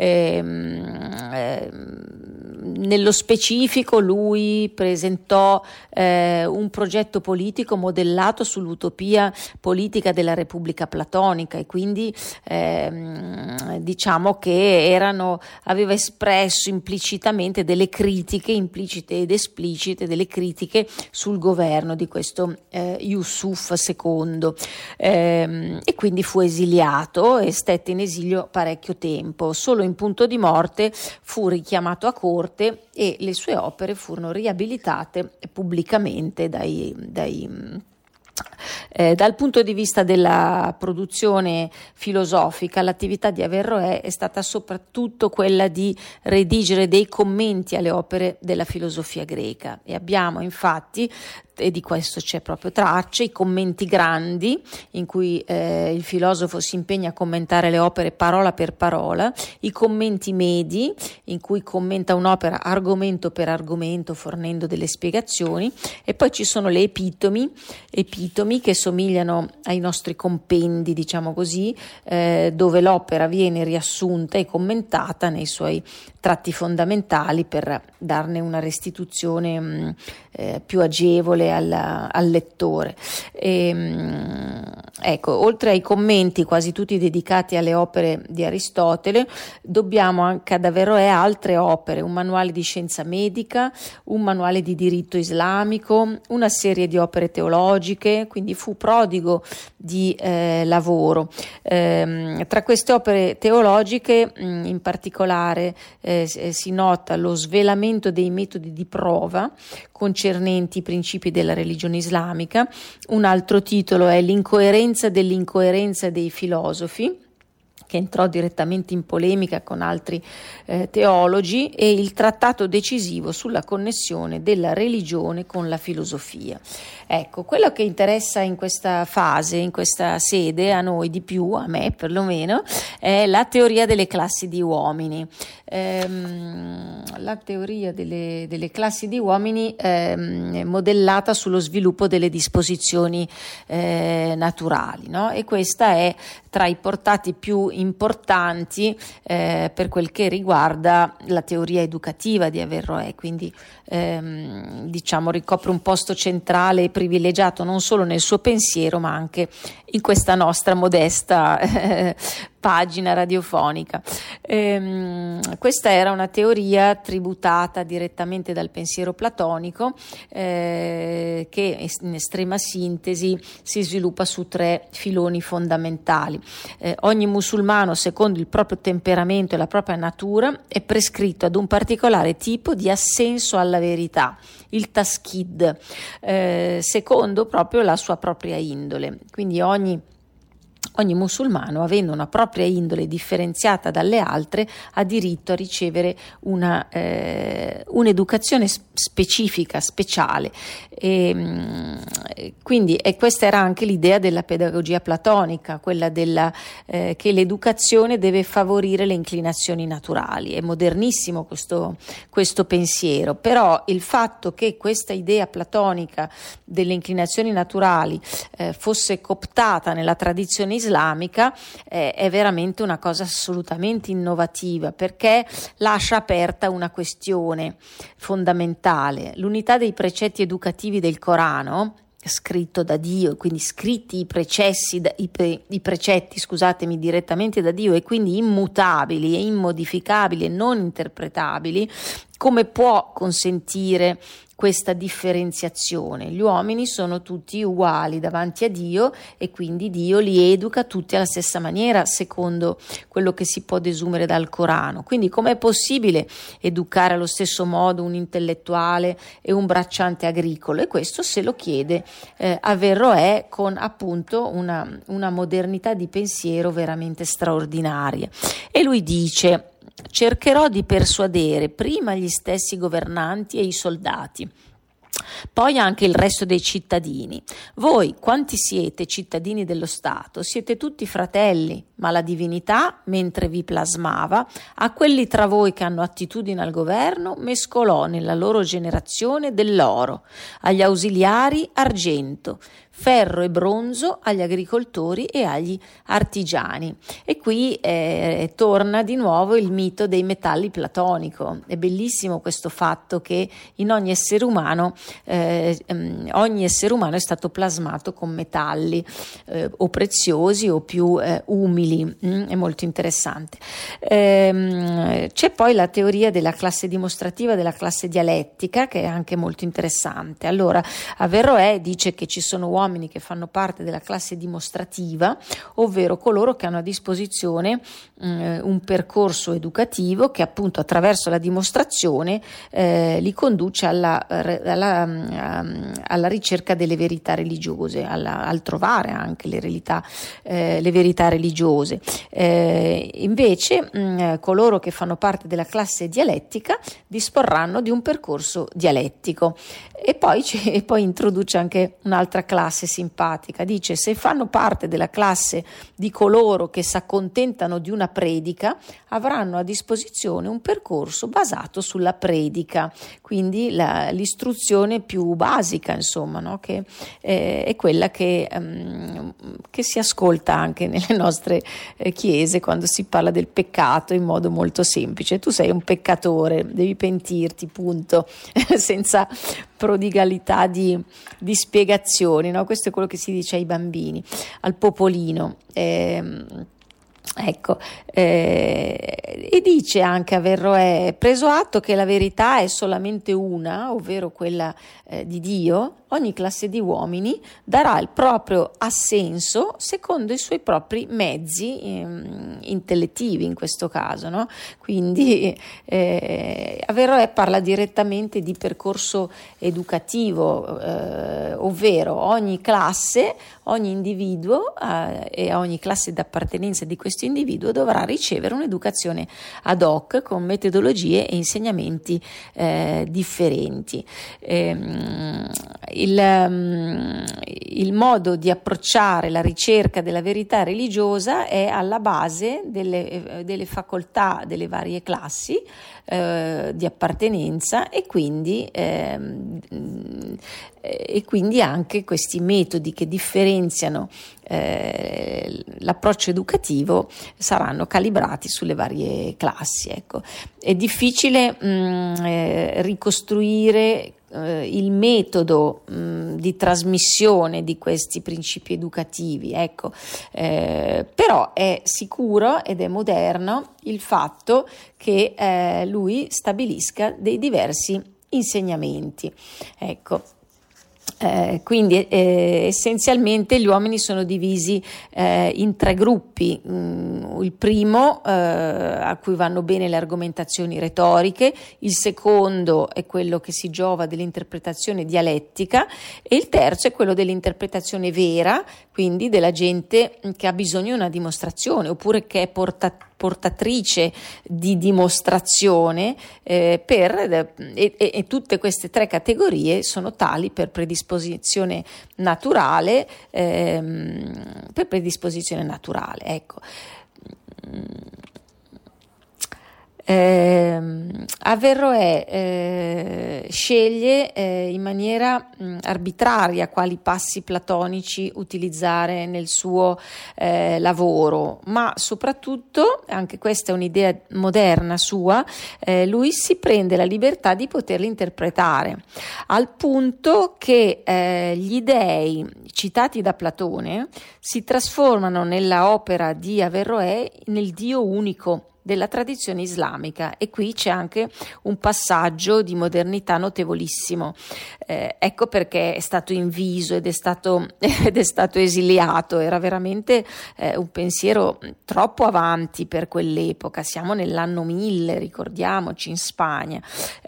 Nello specifico lui presentò un progetto politico modellato sull'utopia politica della Repubblica platonica, e quindi diciamo che aveva espresso implicitamente delle critiche, implicite ed esplicite, delle critiche sul governo di questo Yusuf II, e quindi fu esiliato e stette in esilio parecchio tempo. Solo in punto di morte fu richiamato a corte e le sue opere furono riabilitate pubblicamente dal punto di vista della produzione filosofica. L'attività di Averroè è stata soprattutto quella di redigere dei commenti alle opere della filosofia greca, e abbiamo infatti, e di questo c'è proprio traccia, i commenti grandi, in cui il filosofo si impegna a commentare le opere parola per parola, i commenti medi, in cui commenta un'opera argomento per argomento fornendo delle spiegazioni, e poi ci sono le epitomi che somigliano ai nostri compendi, diciamo così, dove l'opera viene riassunta e commentata nei suoi tratti fondamentali per darne una restituzione più agevole al lettore. Ecco, oltre ai commenti quasi tutti dedicati alle opere di Aristotele, dobbiamo anche ad Averroè altre opere: un manuale di scienza medica, un manuale di diritto islamico, una serie di opere teologiche, quindi fu prodigo di lavoro. Tra queste opere teologiche in particolare si nota lo svelamento dei metodi di prova concernenti i principi della religione islamica. Un altro titolo è L'incoerenza dell'incoerenza dei filosofi, che entrò direttamente in polemica con altri teologi, e il trattato decisivo sulla connessione della religione con la filosofia. Ecco, quello che interessa in questa fase, in questa sede, a noi di più, a me perlomeno, è la teoria delle classi di uomini. La teoria delle classi di uomini è modellata sullo sviluppo delle disposizioni naturali, no? E questa è tra i portati più importanti per quel che riguarda la teoria educativa di Averroè, quindi diciamo ricopre un posto centrale e privilegiato non solo nel suo pensiero ma anche in questa nostra modesta pagina radiofonica. Questa era una teoria tributata direttamente dal pensiero platonico, che in estrema sintesi si sviluppa su 3 filoni fondamentali. Ogni musulmano, secondo il proprio temperamento e la propria natura, è prescritto ad un particolare tipo di assenso alla verità, il taskid, secondo proprio la sua propria indole. Quindi ogni musulmano, avendo una propria indole differenziata dalle altre, ha diritto a ricevere un'educazione specifica, speciale, Quindi questa era anche l'idea della pedagogia platonica, quella che l'educazione deve favorire le inclinazioni naturali. È modernissimo questo pensiero, però il fatto che questa idea platonica delle inclinazioni naturali fosse cooptata nella tradizione islamica è veramente una cosa assolutamente innovativa, perché lascia aperta una questione fondamentale: l'unità dei precetti educativi del Corano, scritto da Dio, quindi scritti i precetti, scusatemi, direttamente da Dio, e quindi immutabili e immodificabili e non interpretabili, come può consentire questa differenziazione? Gli uomini sono tutti uguali davanti a Dio e quindi Dio li educa tutti alla stessa maniera, secondo quello che si può desumere dal Corano. Quindi com'è possibile educare allo stesso modo un intellettuale e un bracciante agricolo? E questo se lo chiede Averroè, con appunto una modernità di pensiero veramente straordinaria. E lui dice: cercherò di persuadere prima gli stessi governanti e i soldati, poi anche il resto dei cittadini. Voi, quanti siete cittadini dello Stato, siete tutti fratelli, ma la divinità, mentre vi plasmava, a quelli tra voi che hanno attitudine al governo, mescolò nella loro generazione dell'oro, agli ausiliari argento, ferro e bronzo agli agricoltori e agli artigiani. E qui torna di nuovo il mito dei metalli platonico. È bellissimo questo fatto che in ogni essere umano è stato plasmato con metalli o preziosi o più umili. È molto interessante. C'è poi la teoria della classe dimostrativa, della classe dialettica, che è anche molto interessante. Allora, Averroè dice che ci sono uomini che fanno parte della classe dimostrativa, ovvero coloro che hanno a disposizione un percorso educativo che appunto attraverso la dimostrazione li conduce alla ricerca delle verità religiose, al trovare anche le verità religiose. Invece coloro che fanno parte della classe dialettica disporranno di un percorso dialettico. E poi introduce anche un'altra classe simpatica. Dice: se fanno parte della classe di coloro che si accontentano di una predica, avranno a disposizione un percorso basato sulla predica, quindi l'istruzione più basica, insomma, no? Che è quella che si ascolta anche nelle nostre chiese quando si parla del peccato in modo molto semplice. Tu sei un peccatore, devi pentirti, punto, senza prodigalità di spiegazioni, no? Questo è quello che si dice ai bambini, al popolino. E dice anche Averroè: preso atto che la verità è solamente una, ovvero quella di Dio, ogni classe di uomini darà il proprio assenso secondo i suoi propri mezzi intellettivi, in questo caso, no? Quindi Averroè parla direttamente di percorso educativo, ovvero ogni classe, ogni individuo e ogni classe d'appartenenza di questo individuo dovrà ricevere un'educazione ad hoc con metodologie e insegnamenti differenti. Il modo di approcciare la ricerca della verità religiosa è alla base delle facoltà delle varie classi di appartenenza e quindi anche questi metodi che differenziano l'approccio educativo saranno calibrati sulle varie classi. Ecco. È difficile ricostruire il metodo di trasmissione di questi principi educativi, ecco. Però è sicuro ed è moderno il fatto che lui stabilisca dei diversi insegnamenti, ecco. Quindi essenzialmente gli uomini sono divisi in 3 gruppi. Il primo a cui vanno bene le argomentazioni retoriche, il secondo è quello che si giova dell'interpretazione dialettica e il terzo è quello dell'interpretazione vera, quindi della gente che ha bisogno di una dimostrazione oppure che è portatrice di dimostrazione e tutte queste 3 categorie sono tali per predisposizione naturale, ecco. Averroè sceglie in maniera arbitraria quali passi platonici utilizzare nel suo lavoro, ma soprattutto, anche questa è un'idea moderna sua, lui si prende la libertà di poterli interpretare, al punto che gli dei citati da Platone si trasformano nella opera di Averroè nel Dio unico della tradizione islamica, e qui c'è anche un passaggio di modernità notevolissimo. Ecco perché è stato inviso ed è stato esiliato. Era veramente un pensiero troppo avanti per quell'epoca. Siamo nell'anno 1000, ricordiamoci, in Spagna.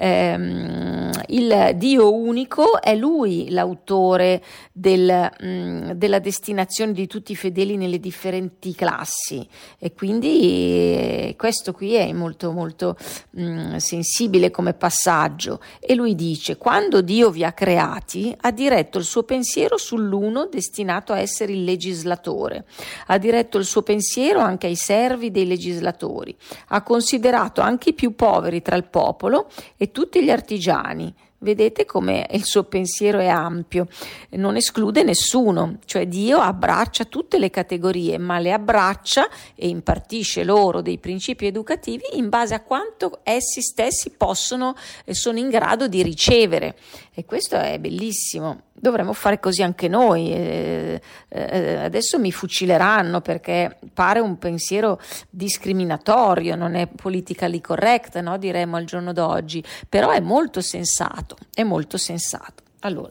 Il Dio unico è lui l'autore della destinazione di tutti i fedeli nelle differenti classi, e quindi questo qui è molto molto sensibile come passaggio. E lui dice: quando Dio vi ha creati, ha diretto il suo pensiero sull'uno destinato a essere il legislatore, ha diretto il suo pensiero anche ai servi dei legislatori, ha considerato anche i più poveri tra il popolo e tutti gli artigiani. Vedete come il suo pensiero è ampio, non esclude nessuno, cioè Dio abbraccia tutte le categorie, ma le abbraccia e impartisce loro dei principi educativi in base a quanto essi stessi sono in grado di ricevere, e questo è bellissimo. Dovremmo fare così anche noi. Adesso mi fucileranno perché pare un pensiero discriminatorio, non è politically correct, no? Diremmo al giorno d'oggi, però è molto sensato, Allora,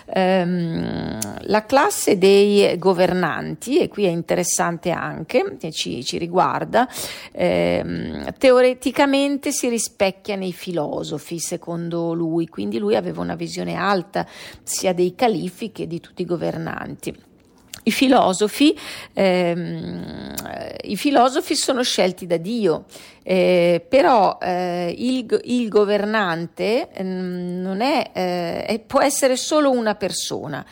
la classe dei governanti, e qui è interessante anche, che ci riguarda, teoreticamente si rispecchia nei filosofi, secondo lui, quindi lui aveva una visione alta sia dei califi che di tutti i governanti. I filosofi sono scelti da Dio, però il governante non è, può essere solo una persona.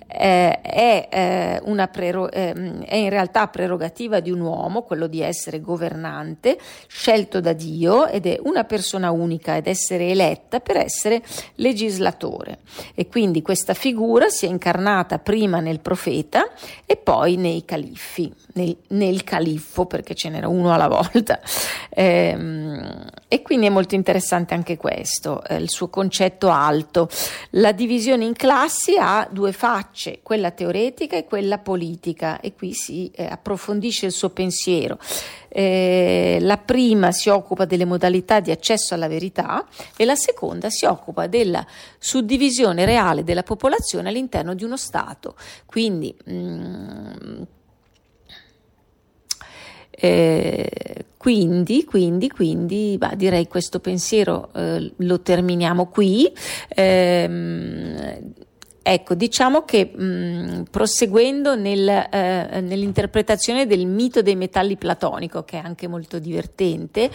È in realtà prerogativa di un uomo quello di essere governante, scelto da Dio, ed è una persona unica ed essere eletta per essere legislatore, e quindi questa figura si è incarnata prima nel profeta e poi nei califfi, nel califfo, perché ce n'era uno alla volta, e quindi è molto interessante anche questo, il suo concetto alto. La divisione in classi ha 2 facce, quella teoretica e quella politica, e qui si approfondisce il suo pensiero. La prima si occupa delle modalità di accesso alla verità e la seconda si occupa della suddivisione reale della popolazione all'interno di uno Stato. Quindi direi questo pensiero lo terminiamo qui. Ecco, diciamo che proseguendo nell'interpretazione del mito dei metalli platonico, che è anche molto divertente,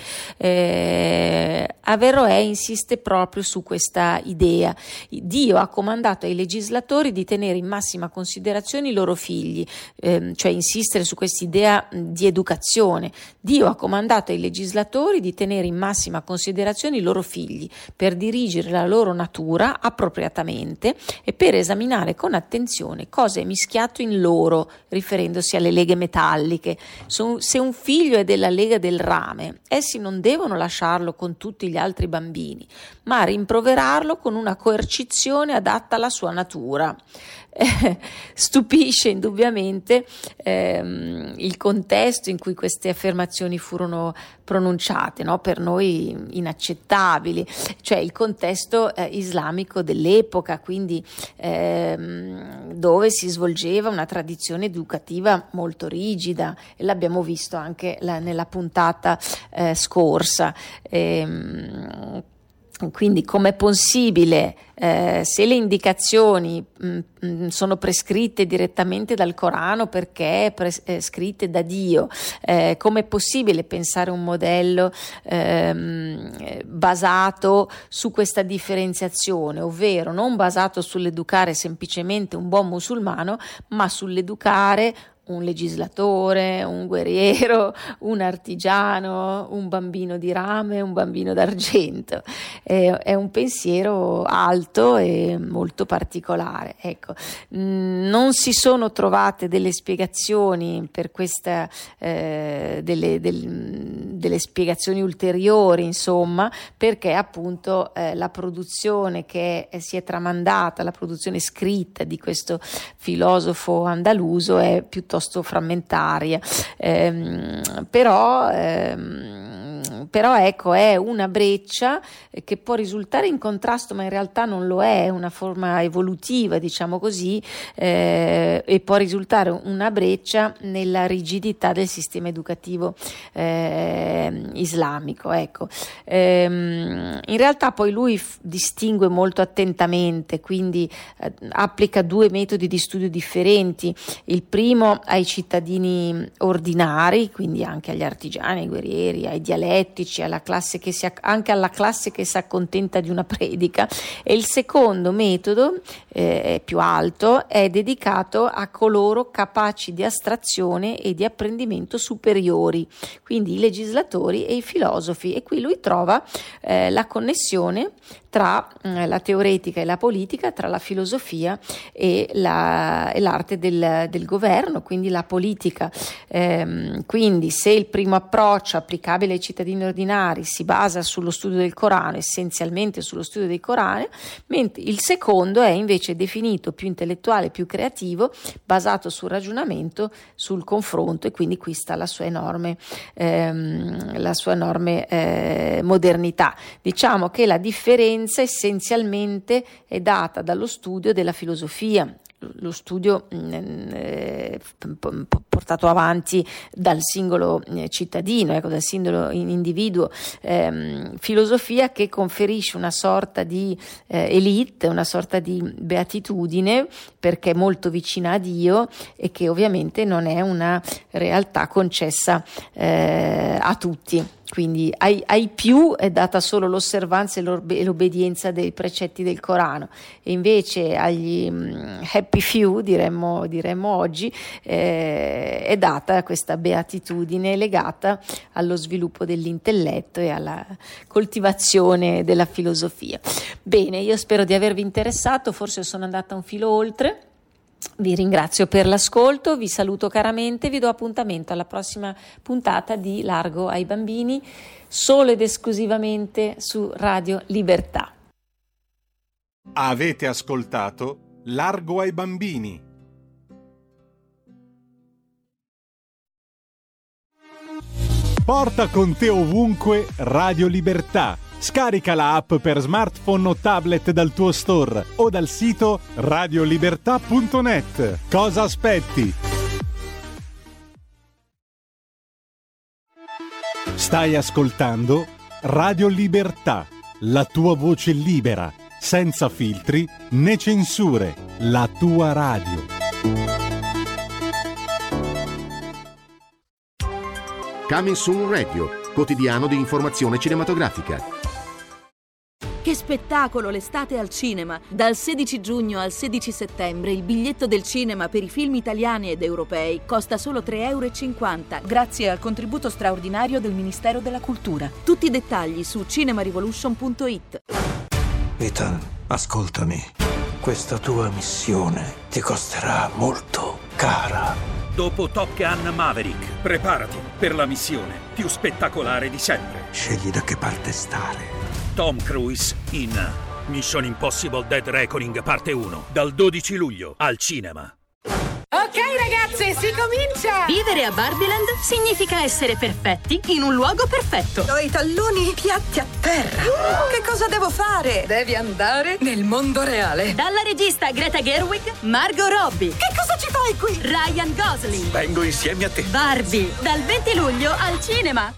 Averroè insiste proprio su questa idea. Dio ha comandato ai legislatori di tenere in massima considerazione i loro figli, cioè insistere su quest'idea di educazione. Dio ha comandato ai legislatori di tenere in massima considerazione i loro figli per dirigere la loro natura appropriatamente e per esaminare con attenzione cosa è mischiato in loro, riferendosi alle leghe metalliche. Se un figlio è della lega del rame, essi non devono lasciarlo con tutti gli altri bambini, ma rimproverarlo con una coercizione adatta alla sua natura. stupisce indubbiamente il contesto in cui queste affermazioni furono pronunciate, no? Per noi inaccettabili, cioè il contesto islamico dell'epoca, quindi dove si svolgeva una tradizione educativa molto rigida, e l'abbiamo visto anche nella puntata scorsa. Quindi com'è possibile, se le indicazioni sono prescritte direttamente dal Corano perché scritte da Dio, com'è possibile pensare un modello basato su questa differenziazione, ovvero non basato sull'educare semplicemente un buon musulmano, ma sull'educare un legislatore, un guerriero, un artigiano, un bambino di rame, un bambino d'argento. È un pensiero alto e molto particolare. Ecco, non si sono trovate delle spiegazioni per questa, delle spiegazioni ulteriori, insomma, perché appunto la produzione che si è tramandata, la produzione scritta di questo filosofo andaluso è piuttosto frammentaria, però ecco, è una breccia che può risultare in contrasto, ma in realtà non lo è una forma evolutiva, diciamo così, e può risultare una breccia nella rigidità del sistema educativo islamico. Ecco. In realtà poi lui distingue molto attentamente, quindi applica due metodi di studio differenti. Il primo ai cittadini ordinari, quindi anche agli artigiani, ai guerrieri, ai dialettici, anche alla classe che si accontenta di una predica, e il secondo metodo, più alto, è dedicato a coloro capaci di astrazione e di apprendimento superiori, quindi i legislatori e i filosofi, e qui lui trova la connessione tra la teoretica e la politica, tra la filosofia e l'arte del governo, quindi la politica. Quindi se il primo approccio applicabile ai cittadini ordinari si basa sullo studio del Corano, essenzialmente sullo studio del Corano, mentre il secondo è invece definito più intellettuale, più creativo, basato sul ragionamento, sul confronto, e quindi qui sta la sua enorme modernità. Diciamo che la differenza essenzialmente è data dallo studio della filosofia, lo studio portato avanti dal singolo cittadino, ecco, dal singolo individuo, filosofia che conferisce una sorta di elite, una sorta di beatitudine, perché è molto vicina a Dio e che ovviamente non è una realtà concessa a tutti. Quindi ai più è data solo l'osservanza e l'obbedienza dei precetti del Corano, e invece agli happy few, diremmo oggi, è data questa beatitudine legata allo sviluppo dell'intelletto e alla coltivazione della filosofia. Bene, io spero di avervi interessato, forse sono andata un filo oltre. Vi ringrazio per l'ascolto, vi saluto caramente, vi do appuntamento alla prossima puntata di Largo ai Bambini, solo ed esclusivamente su Radio Libertà. Avete ascoltato Largo ai Bambini. Porta con te ovunque Radio Libertà. Scarica la app per smartphone o tablet dal tuo store o dal sito radiolibertà.net. Cosa aspetti? Stai ascoltando Radio Libertà, la tua voce libera, senza filtri né censure, la tua radio. Coming Soon Radio, quotidiano di informazione cinematografica. Che spettacolo l'estate al cinema! Dal 16 giugno al 16 settembre il biglietto del cinema per i film italiani ed europei costa solo €3,50 grazie al contributo straordinario del Ministero della Cultura. Tutti i dettagli su cinemarivolution.it. Ethan, ascoltami. Questa tua missione ti costerà molto cara. Dopo Top Gun Maverick, preparati per la missione più spettacolare di sempre. Scegli da che parte stare. Tom Cruise in Mission Impossible Dead Reckoning parte 1, dal 12 luglio al cinema. Ok ragazze, si comincia! Vivere a Barbieland significa essere perfetti in un luogo perfetto. Ho i talloni piatti a terra. Che cosa devo fare? Devi andare nel mondo reale. Dalla regista Greta Gerwig, Margot Robbie. Che cosa ci fai qui? Ryan Gosling. Vengo insieme a te. Barbie, dal 20 luglio al cinema.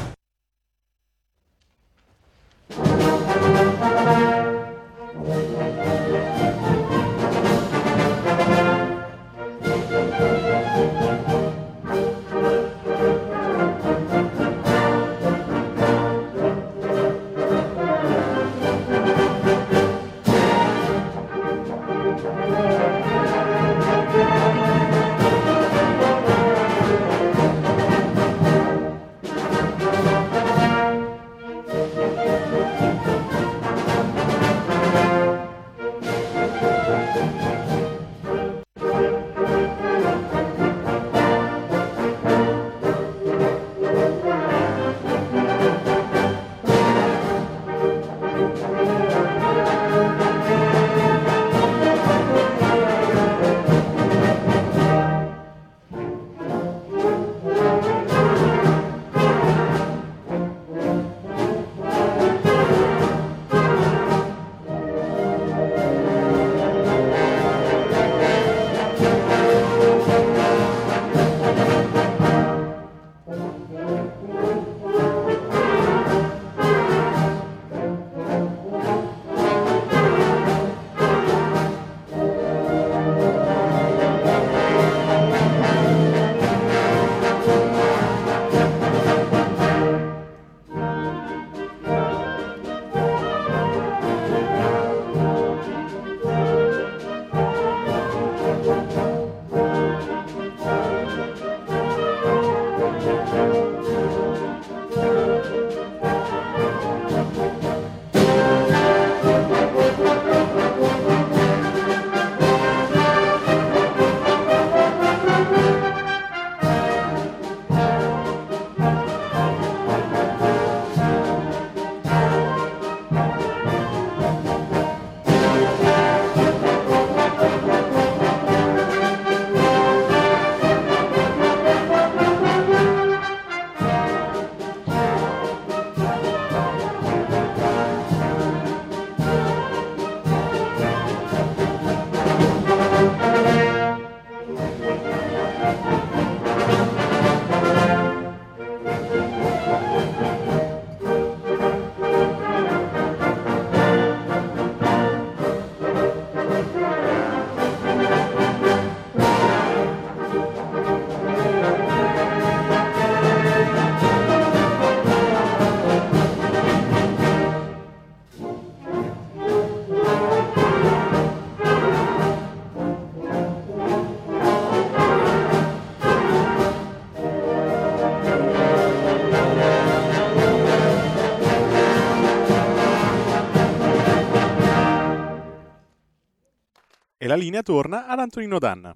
E la linea torna ad Antonino Danna.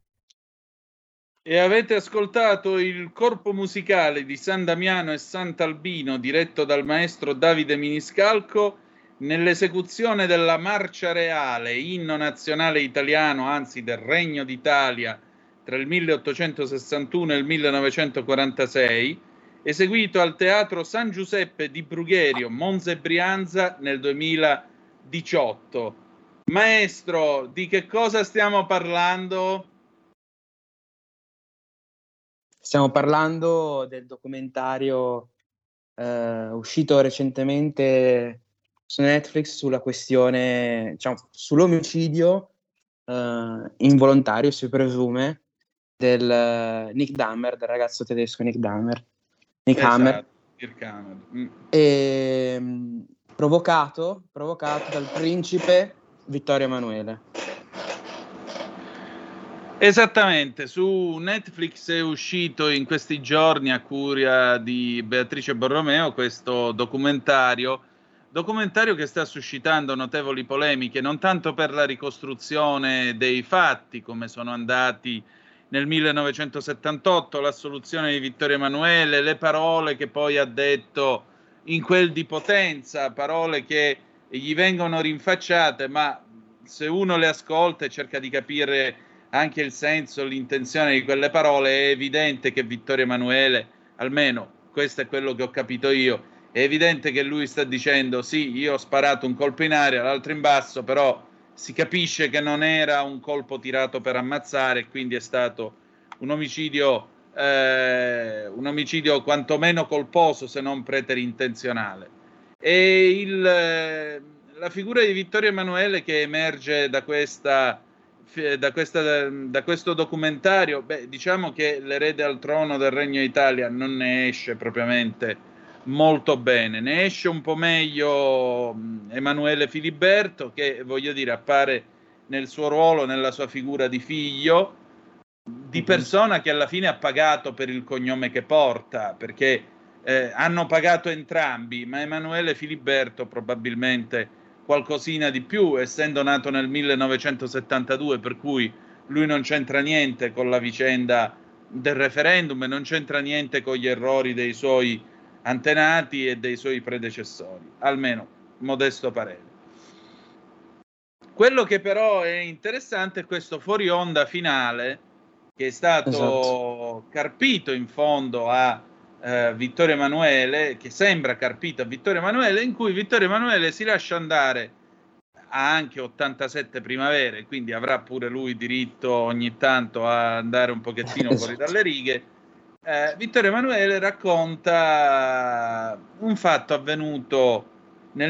E avete ascoltato il corpo musicale di San Damiano e Sant'Albino, diretto dal maestro Davide Miniscalco, nell'esecuzione della Marcia Reale, inno nazionale italiano, anzi del Regno d'Italia, tra il 1861 e il 1946, eseguito al Teatro San Giuseppe di Brugherio, Monza e Brianza, nel 2018. Maestro, di che cosa stiamo parlando? Stiamo parlando del documentario uscito recentemente su Netflix sulla questione, diciamo, sull'omicidio involontario, si presume, del Nick Dahmer, del ragazzo tedesco Nick Dahmer. Nick Hammer. E, provocato dal principe Vittorio Emanuele. Esattamente, su Netflix è uscito in questi giorni, a curia di Beatrice Borromeo, questo documentario che sta suscitando notevoli polemiche, non tanto per la ricostruzione dei fatti, come sono andati nel 1978, l'assoluzione di Vittorio Emanuele, le parole che poi ha detto in quel di Potenza, parole che gli vengono rinfacciate, ma se uno le ascolta e cerca di capire anche il senso, l'intenzione di quelle parole, è evidente che Vittorio Emanuele, almeno questo è quello che ho capito io, è evidente che lui sta dicendo sì, io ho sparato un colpo in aria, l'altro in basso, però si capisce che non era un colpo tirato per ammazzare, quindi è stato un omicidio quantomeno colposo, se non preterintenzionale. E la figura di Vittorio Emanuele che emerge da questo documentario, diciamo che l'erede al trono del Regno d'Italia non ne esce propriamente molto bene, ne esce un po' meglio Emanuele Filiberto, che voglio dire appare nel suo ruolo, nella sua figura di figlio, di persona che alla fine ha pagato per il cognome che porta, perché hanno pagato entrambi, ma Emanuele Filiberto probabilmente qualcosina di più, essendo nato nel 1972, per cui lui non c'entra niente con la vicenda del referendum e non c'entra niente con gli errori dei suoi antenati e dei suoi predecessori, almeno modesto parere. Quello che però è interessante è questo fuori onda finale che è stato carpito in fondo a Vittorio Emanuele, che sembra carpito a Vittorio Emanuele, in cui Vittorio Emanuele si lascia andare a anche 87 primavere, quindi avrà pure lui diritto ogni tanto a andare un pochettino fuori dalle righe. Vittorio Emanuele racconta un fatto avvenuto nel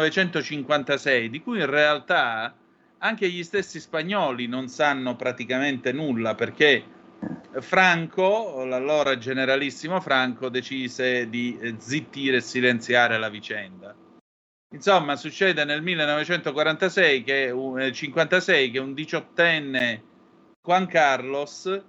1956, di cui in realtà anche gli stessi spagnoli non sanno praticamente nulla, perché Franco, l'allora generalissimo Franco, decise di zittire e silenziare la vicenda. Insomma, succede nel 1956 nel 56 che un diciottenne Juan Carlos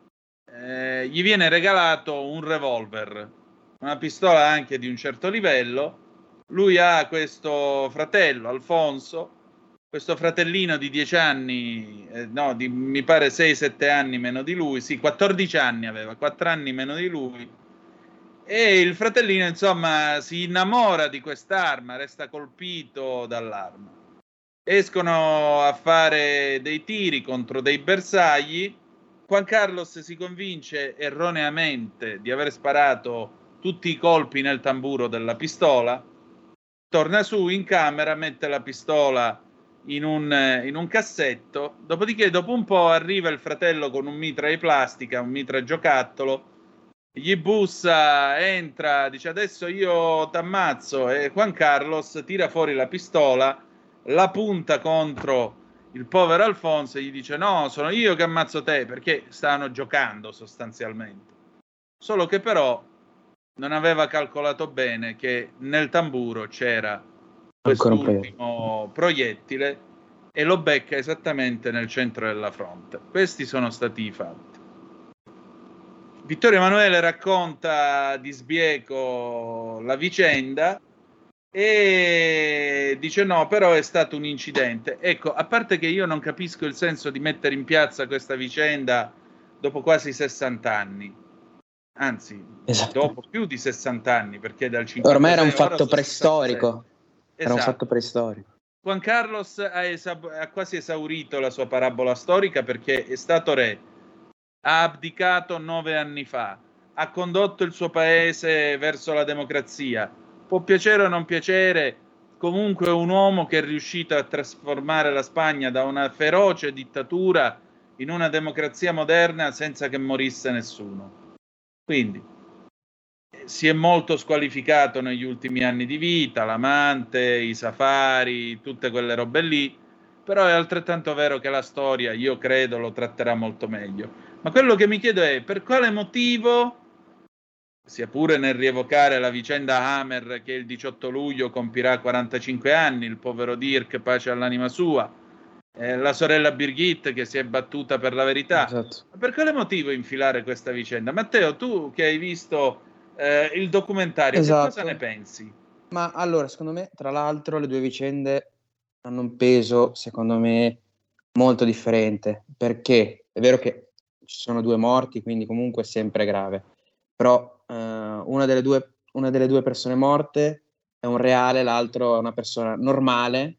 gli viene regalato un revolver, una pistola anche di un certo livello. Lui ha questo fratello, Alfonso, questo fratellino di 10 anni, mi pare 6-7 anni meno di lui, sì, 14 anni aveva, 4 anni meno di lui, e il fratellino, insomma, si innamora di quest'arma, resta colpito dall'arma. Escono a fare dei tiri contro dei bersagli. Juan Carlos si convince erroneamente di aver sparato tutti i colpi nel tamburo della pistola, torna su in camera, mette la pistola in un cassetto, dopodiché dopo un po' arriva il fratello con un mitra di plastica, un mitra giocattolo, gli bussa, entra, dice adesso io t'ammazzo, e Juan Carlos tira fuori la pistola, la punta contro il povero Alfonso e gli dice no, sono io che ammazzo te, perché stavano giocando sostanzialmente. Solo che però non aveva calcolato bene che nel tamburo c'era quest'ultimo proiettile e lo becca esattamente nel centro della fronte. Questi sono stati i fatti. Vittorio Emanuele racconta di sbieco la vicenda e dice no, però è stato un incidente. Ecco, a parte che io non capisco il senso di mettere in piazza questa vicenda dopo quasi 60 anni. Anzi, dopo più di 60 anni, perché dal 56 ormai era un fatto preistorico. Era un fatto preistorico. Juan Carlos ha quasi esaurito la sua parabola storica, perché è stato re, ha abdicato 9 anni fa, ha condotto il suo paese verso la democrazia. Può piacere o non piacere, comunque è un uomo che è riuscito a trasformare la Spagna da una feroce dittatura in una democrazia moderna senza che morisse nessuno. Quindi si è molto squalificato negli ultimi anni di vita, l'amante, i safari, tutte quelle robe lì, però è altrettanto vero che la storia, io credo, lo tratterà molto meglio. Ma quello che mi chiedo è per quale motivo, sia pure nel rievocare la vicenda Hammer, che il 18 luglio compirà 45 anni, il povero Dirk, pace all'anima sua, la sorella Birgit che si è battuta per la verità. Esatto. Ma per quale motivo infilare questa vicenda? Matteo, tu che hai visto il documentario, Esatto. Che cosa ne pensi? Ma allora, secondo me, tra l'altro, le due vicende hanno un peso, secondo me, molto differente, perché è vero che ci sono 2 morti, quindi comunque è sempre grave, però una delle due persone morte è un reale, l'altro è una persona normale,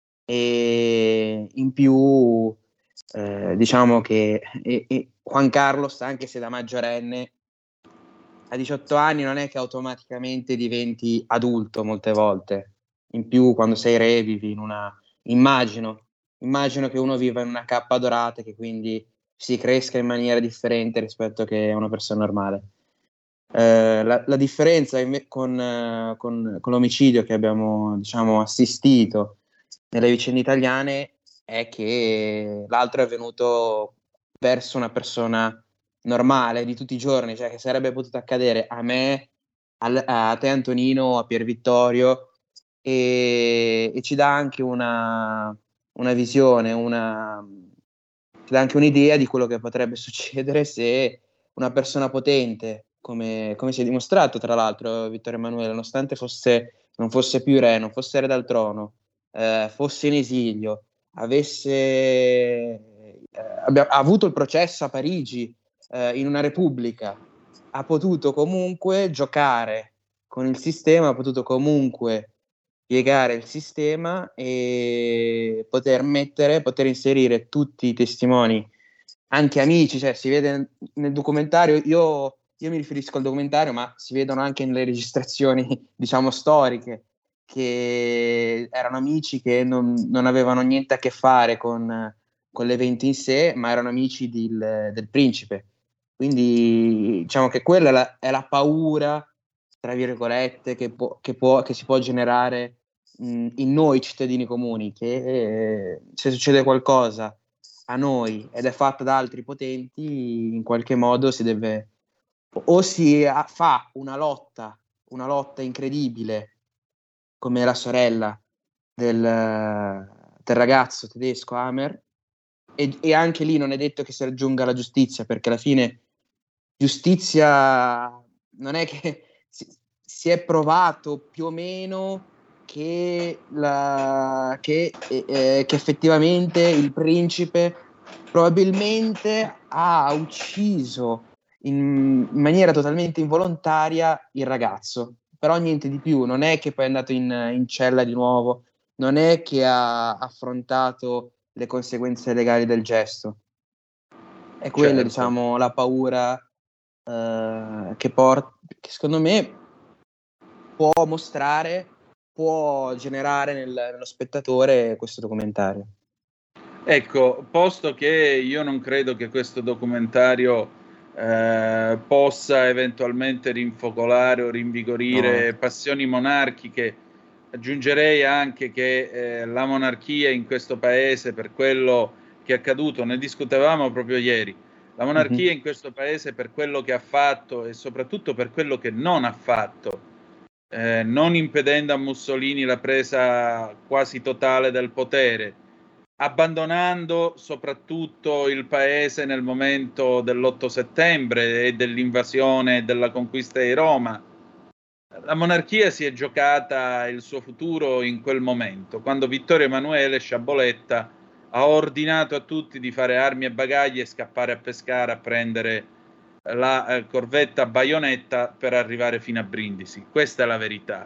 e in più diciamo che Juan Carlos, anche se da maggiorenne, a 18 anni non è che automaticamente diventi adulto molte volte. In più, quando sei re, vivi in una... Immagino che uno viva in una cappa dorata e che quindi si cresca in maniera differente rispetto che a una persona normale. La differenza con l'omicidio che abbiamo, diciamo, assistito nelle vicende italiane è che l'altro è avvenuto verso una persona normale di tutti i giorni, cioè che sarebbe potuto accadere a me, a te Antonino, a Pier Vittorio, e ci dà anche una visione, ci dà anche un'idea di quello che potrebbe succedere se una persona potente, come si è dimostrato tra l'altro Vittorio Emanuele, nonostante non fosse più re, non fosse re dal trono, fosse in esilio, ha avuto il processo a Parigi, in una repubblica, ha potuto comunque giocare con il sistema, ha potuto comunque piegare il sistema e poter inserire tutti i testimoni, anche amici, cioè si vede nel documentario, io mi riferisco al documentario, ma si vedono anche nelle registrazioni, diciamo, storiche, che erano amici che non avevano niente a che fare con l'evento in sé, ma erano amici del principe. Quindi diciamo che quella è la paura, tra virgolette, che si può generare in noi cittadini comuni, che se succede qualcosa a noi ed è fatta da altri potenti, in qualche modo si deve, o fa una lotta incredibile, come la sorella del ragazzo tedesco Hammer, e anche lì non è detto che si raggiunga la giustizia, perché alla fine giustizia non è che si è provato più o meno che effettivamente il principe probabilmente ha ucciso in maniera totalmente involontaria il ragazzo, però niente di più. Non è che poi è andato in cella di nuovo, non è che ha affrontato le conseguenze legali del gesto. È quella, certo, diciamo, la paura che secondo me può generare nello spettatore questo documentario. Ecco, posto che io non credo che questo documentario possa eventualmente rinfocolare o rinvigorire passioni monarchiche, aggiungerei anche che la monarchia in questo paese, per quello che è accaduto, ne discutevamo proprio ieri, la monarchia in questo paese, per quello che ha fatto e soprattutto per quello che non ha fatto, non impedendo a Mussolini la presa quasi totale del potere, abbandonando soprattutto il paese nel momento dell'8 settembre e dell'invasione e della conquista di Roma. La monarchia si è giocata il suo futuro in quel momento, quando Vittorio Emanuele Sciaboletta ha ordinato a tutti di fare armi e bagagli e scappare a Pescara a prendere la corvetta Baionetta per arrivare fino a Brindisi. Questa è la verità.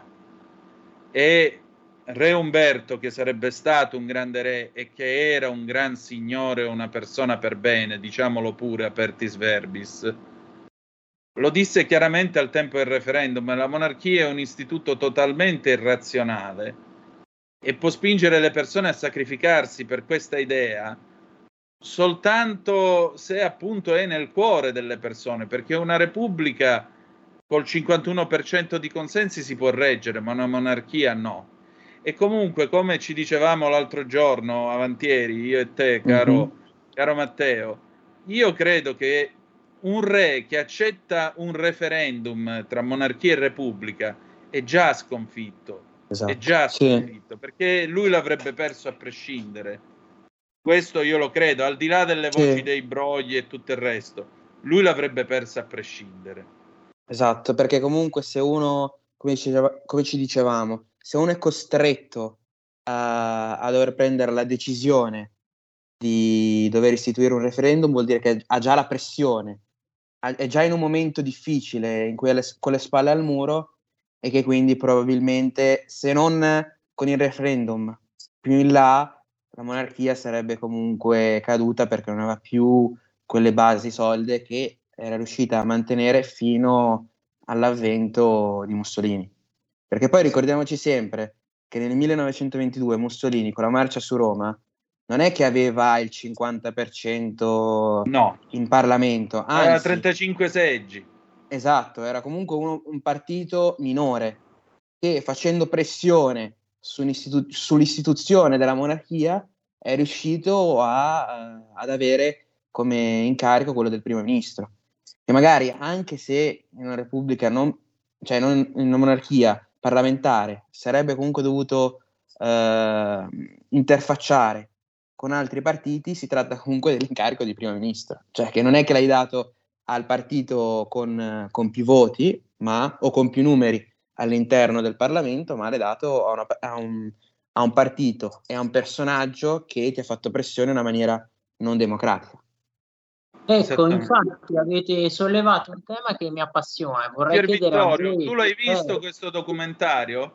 E Re Umberto, che sarebbe stato un grande re e che era un gran signore, una persona per bene, diciamolo pure apertis verbis, lo disse chiaramente al tempo del referendum: la monarchia è un istituto totalmente irrazionale e può spingere le persone a sacrificarsi per questa idea soltanto se appunto è nel cuore delle persone, perché una repubblica col 51% di consensi si può reggere, ma una monarchia no. E comunque, come ci dicevamo l'altro giorno, avantieri, io e te, caro Matteo, io credo che un re che accetta un referendum tra monarchia e repubblica è già sconfitto. Esatto. È già sconfitto, perché lui l'avrebbe perso a prescindere. Questo io lo credo, al di là delle voci dei brogli e tutto il resto. Lui l'avrebbe persa a prescindere. Esatto, perché comunque se uno, come ci dicevamo, se uno è costretto a dover prendere la decisione di dover istituire un referendum, vuol dire che ha già la pressione, è già in un momento difficile in cui è con le spalle al muro, e che quindi probabilmente, se non con il referendum più in là, la monarchia sarebbe comunque caduta perché non aveva più quelle basi solide che era riuscita a mantenere fino all'avvento di Mussolini. Perché poi ricordiamoci sempre che nel 1922 Mussolini con la marcia su Roma non è che aveva il 50% in Parlamento, anzi, aveva 35 seggi. Esatto, era comunque un partito minore che, facendo pressione sull'istituzione della monarchia, è riuscito ad avere come incarico quello del primo ministro. E magari, anche se in una repubblica, non in una monarchia parlamentare, sarebbe comunque dovuto interfacciare con altri partiti, si tratta comunque dell'incarico di primo ministro. Cioè che non è che l'hai dato al partito con più voti, o con più numeri all'interno del Parlamento, ma l'hai dato a un partito e a un personaggio che ti ha fatto pressione in una maniera non democratica. Ecco, infatti avete sollevato un tema che mi appassiona. Vorrei chiedere a voi, tu l'hai visto questo documentario?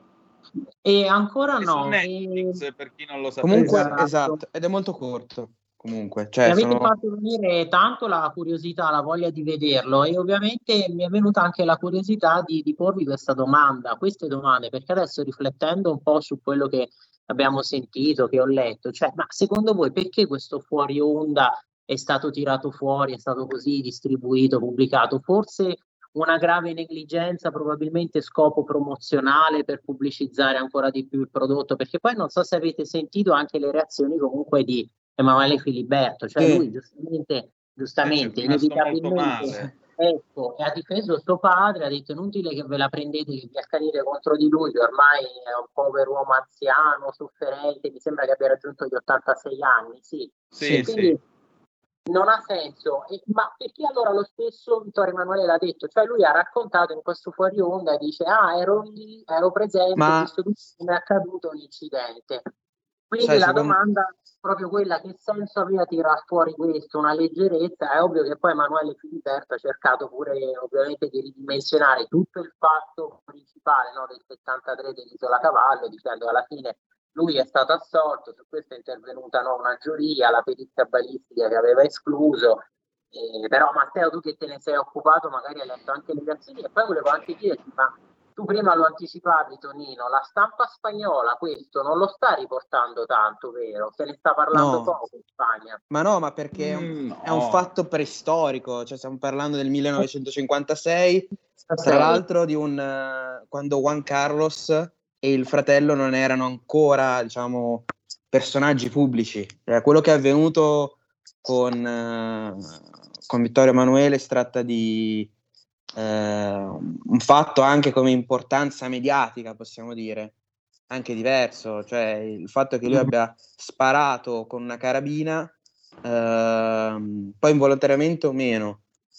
E ancora È no. su Netflix, per chi non lo sapeva. Comunque, esatto, ed è molto corto. Comunque, Mi avete fatto venire tanto la curiosità, la voglia di vederlo, e ovviamente mi è venuta anche la curiosità di porvi queste domande, perché adesso, riflettendo un po' su quello che abbiamo sentito, che ho letto, ma secondo voi perché questo fuori onda è stato tirato fuori, è stato così distribuito, pubblicato? Forse una grave negligenza, probabilmente scopo promozionale per pubblicizzare ancora di più il prodotto, perché poi non so se avete sentito anche le reazioni comunque di Emanuele Filiberto, lui giustamente, inevitabilmente, ha difeso suo padre, ha detto: inutile che ve la prendete, che vi accanite contro di lui, che ormai è un povero uomo anziano, sofferente, mi sembra che abbia raggiunto gli 86 anni, quindi non ha senso. Ma perché allora lo stesso Vittorio Emanuele l'ha detto? Lui ha raccontato in questo fuori onda, dice: ero lì, ero presente, ho visto tutto, come è accaduto un incidente. Quindi la domanda è proprio quella: che senso aveva tirar fuori questo? Una leggerezza. È ovvio che poi Emanuele Filiberto ha cercato pure ovviamente di ridimensionare tutto il fatto principale del 73 dell'Isola Cavallo, dicendo alla fine lui è stato assolto, su questo è intervenuta una giuria, la perizia balistica che aveva escluso, però Matteo, tu che te ne sei occupato, magari hai letto anche le reazioni, e poi volevo anche dirti, ma tu prima lo anticipavi, Tonino, la stampa spagnola questo non lo sta riportando tanto, vero? Se ne sta parlando poco in Spagna. Ma perché è un fatto preistorico, stiamo parlando del 1956, tra l'altro di quando Juan Carlos e il fratello non erano ancora, personaggi pubblici. Quello che è avvenuto con Vittorio Emanuele si tratta di un fatto anche come importanza mediatica, possiamo dire, anche diverso, il fatto che lui abbia sparato con una carabina, poi involontariamente o meno,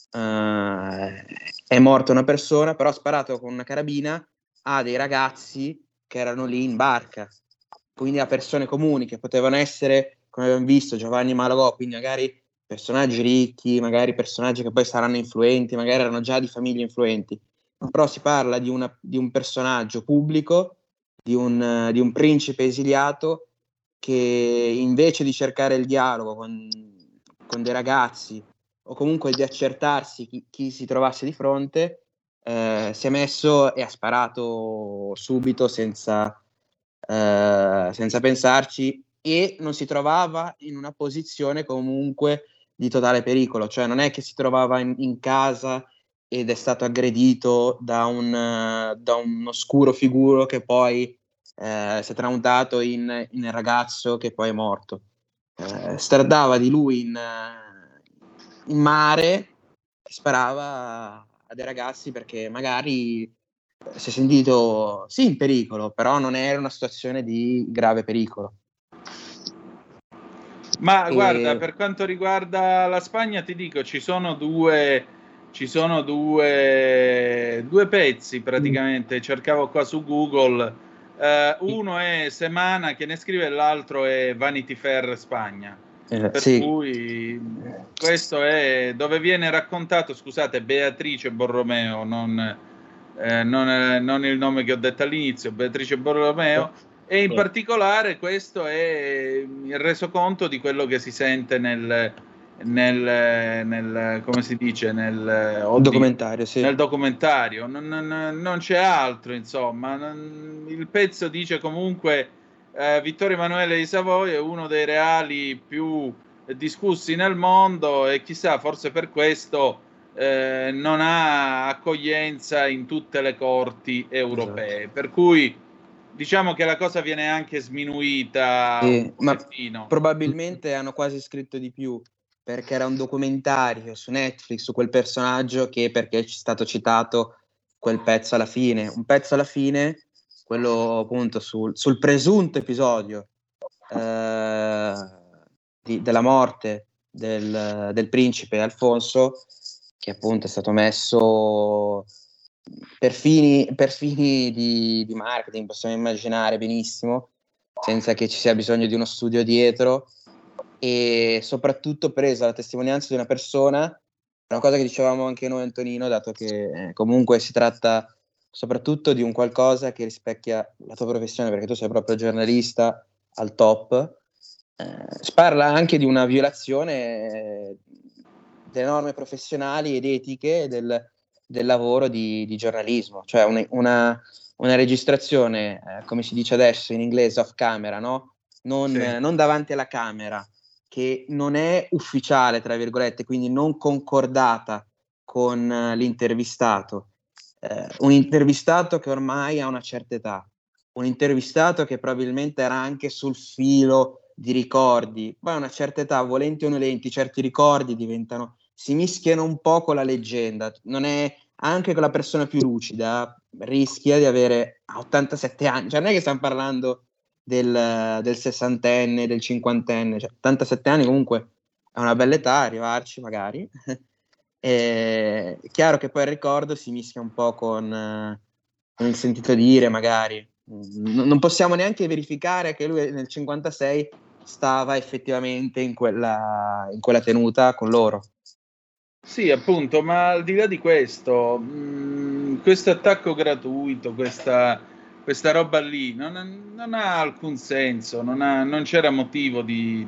è morta una persona, però ha sparato con una carabina a dei ragazzi che erano lì in barca, quindi a persone comuni che potevano essere, come abbiamo visto, Giovanni Malagò, quindi magari personaggi ricchi, magari personaggi che poi saranno influenti, magari erano già di famiglie influenti, però si parla di un personaggio pubblico, di un principe esiliato che, invece di cercare il dialogo con dei ragazzi o comunque di accertarsi chi si trovasse di fronte, si è messo e ha sparato subito senza pensarci, e non si trovava in una posizione comunque di totale pericolo, non è che si trovava in casa ed è stato aggredito da un oscuro figuro che poi si è tramutato in ragazzo che poi è morto. Stradava di lui in mare, sparava a dei ragazzi perché magari si è sentito in pericolo, però non era una situazione di grave pericolo. Ma guarda, per quanto riguarda la Spagna, ti dico, ci sono due pezzi praticamente, cercavo qua su Google, uno è Semana che ne scrive, l'altro è Vanity Fair Spagna, cui questo è dove viene raccontato, scusate, Beatrice Borromeo, non non il nome che ho detto all'inizio, Beatrice Borromeo, e in particolare questo è il resoconto di quello che si sente nel come si dice, nel documentario, sì. Nel documentario. Non c'è altro, insomma. Il pezzo dice comunque Vittorio Emanuele di Savoia è uno dei reali più discussi nel mondo, e chissà, forse per questo non ha accoglienza in tutte le corti europee. Esatto. Per cui diciamo che la cosa viene anche sminuita un pochettino. Ma probabilmente hanno quasi scritto di più, perché era un documentario su Netflix su quel personaggio, che perché è stato citato quel pezzo alla fine. Un pezzo alla fine, quello appunto sul presunto episodio della morte del principe Alfonso, che appunto è stato messo per fini di marketing, possiamo immaginare benissimo, senza che ci sia bisogno di uno studio dietro, e soprattutto presa la testimonianza di una persona, una cosa che dicevamo anche noi, Antonino, dato che comunque si tratta soprattutto di un qualcosa che rispecchia la tua professione, perché tu sei proprio giornalista al top. Si parla anche di una violazione delle norme professionali ed etiche del lavoro di giornalismo, cioè una registrazione, come si dice adesso in inglese, off camera, no? Non davanti alla camera, che non è ufficiale, tra virgolette, quindi non concordata con l'intervistato, un intervistato che ormai ha una certa età, un intervistato che probabilmente era anche sul filo di ricordi, poi a una certa età, volenti o nolenti, certi ricordi si mischiano un po' con la leggenda. Non è, anche con la persona più lucida rischia di avere 87 anni, cioè non è che stiamo parlando del sessantenne, del cinquantenne, cioè 87 anni comunque è una bella età, arrivarci magari. È chiaro che poi il ricordo si mischia un po' con il sentito dire, magari. Non possiamo neanche verificare che lui nel 56 stava effettivamente in quella tenuta con loro. Sì, appunto, ma al di là di questo, questo attacco gratuito, questa roba lì non ha alcun senso, non c'era motivo di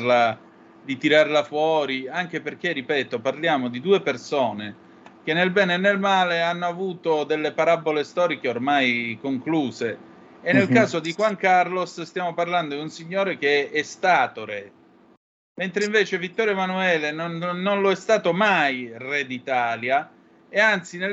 tirarla fuori, anche perché, ripeto, parliamo di due persone che nel bene e nel male hanno avuto delle parabole storiche ormai concluse, e nel caso di Juan Carlos stiamo parlando di un signore che è stato re, mentre invece Vittorio Emanuele non lo è stato mai re d'Italia, e anzi nel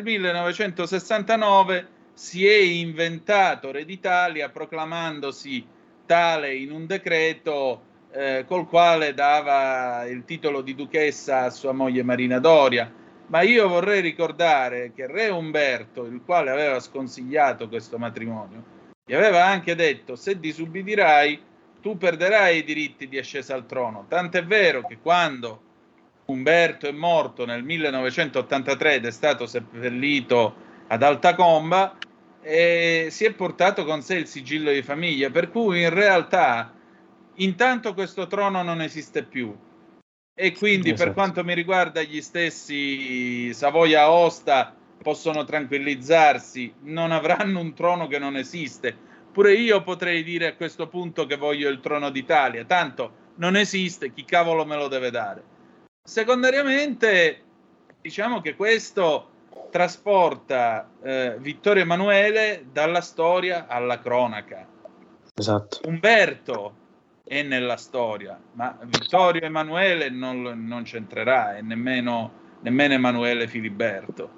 1969 si è inventato re d'Italia proclamandosi tale in un decreto col quale dava il titolo di duchessa a sua moglie Marina Doria. Ma io vorrei ricordare che re Umberto, il quale aveva sconsigliato questo matrimonio, gli aveva anche detto: se disubbidirai tu perderai i diritti di ascesa al trono. Tant'è vero che quando Umberto è morto nel 1983 ed è stato seppellito ad Altacomba, si è portato con sé il sigillo di famiglia, per cui in realtà intanto questo trono non esiste più, e quindi per quanto mi riguarda gli stessi Savoia-Aosta possono tranquillizzarsi, non avranno un trono che non esiste. Pure io potrei dire a questo punto che voglio il trono d'Italia, tanto non esiste, chi cavolo me lo deve dare? Secondariamente, diciamo che questo trasporta Vittorio Emanuele dalla storia alla cronaca. Esatto. Umberto è nella storia, ma Vittorio Emanuele non c'entrerà, e nemmeno Emanuele Filiberto.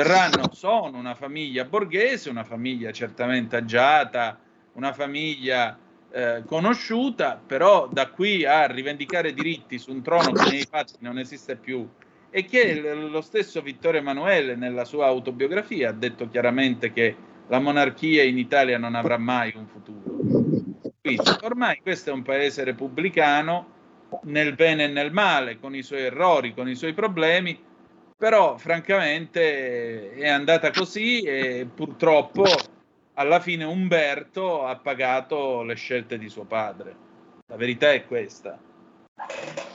Sono una famiglia borghese, una famiglia certamente agiata, una famiglia conosciuta, però da qui a rivendicare diritti su un trono che nei fatti non esiste più, e che lo stesso Vittorio Emanuele nella sua autobiografia ha detto chiaramente che la monarchia in Italia non avrà mai un futuro. Quindi ormai questo è un paese repubblicano nel bene e nel male, con i suoi errori, con i suoi problemi, però francamente è andata così, e purtroppo alla fine Umberto ha pagato le scelte di suo padre. La verità è questa.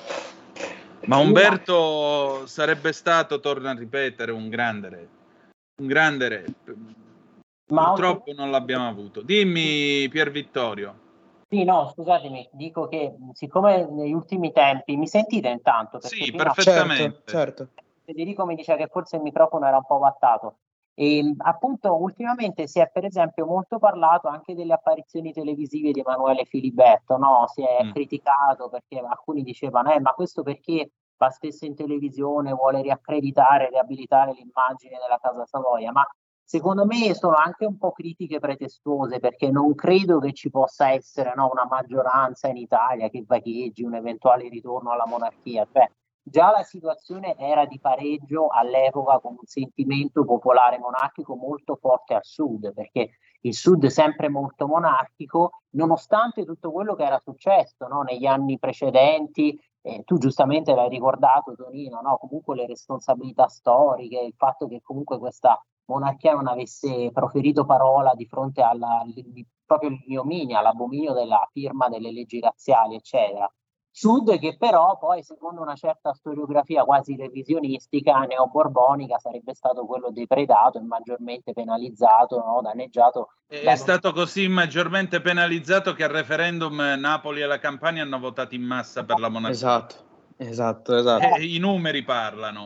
Ma Umberto sarebbe stato, torno a ripetere, un grande re. Un grande rap. Purtroppo non l'abbiamo avuto. Dimmi, Pier Vittorio. Sì, no, scusatemi, dico che siccome negli ultimi tempi mi sentite intanto? Sì, perfettamente. Certo. Federico mi dice che forse il microfono era un po' wattato. E appunto ultimamente si è per esempio molto parlato anche delle apparizioni televisive di Emanuele Filiberto, no? Si è criticato perché alcuni dicevano ma questo perché va spesso in televisione, vuole riaccreditare, riabilitare l'immagine della Casa Savoia, ma secondo me sono anche un po' critiche pretestuose, perché non credo che ci possa essere una maggioranza in Italia che vagheggi un eventuale ritorno alla monarchia. Cioè, già la situazione era di pareggio all'epoca, con un sentimento popolare monarchico molto forte al sud, perché il sud è sempre molto monarchico, nonostante tutto quello che era successo, no? Negli anni precedenti. Tu giustamente l'hai ricordato, Tonino, no? Comunque le responsabilità storiche, il fatto che comunque questa monarchia non avesse proferito parola di fronte proprio l'ignominia, l'abominio della firma delle leggi razziali, eccetera. Sud che però poi, secondo una certa storiografia quasi revisionistica, neoborbonica, sarebbe stato quello depredato e maggiormente penalizzato, no? Danneggiato. È stato così maggiormente penalizzato che al referendum Napoli e la Campania hanno votato in massa per la monarchia. Esatto. I numeri parlano.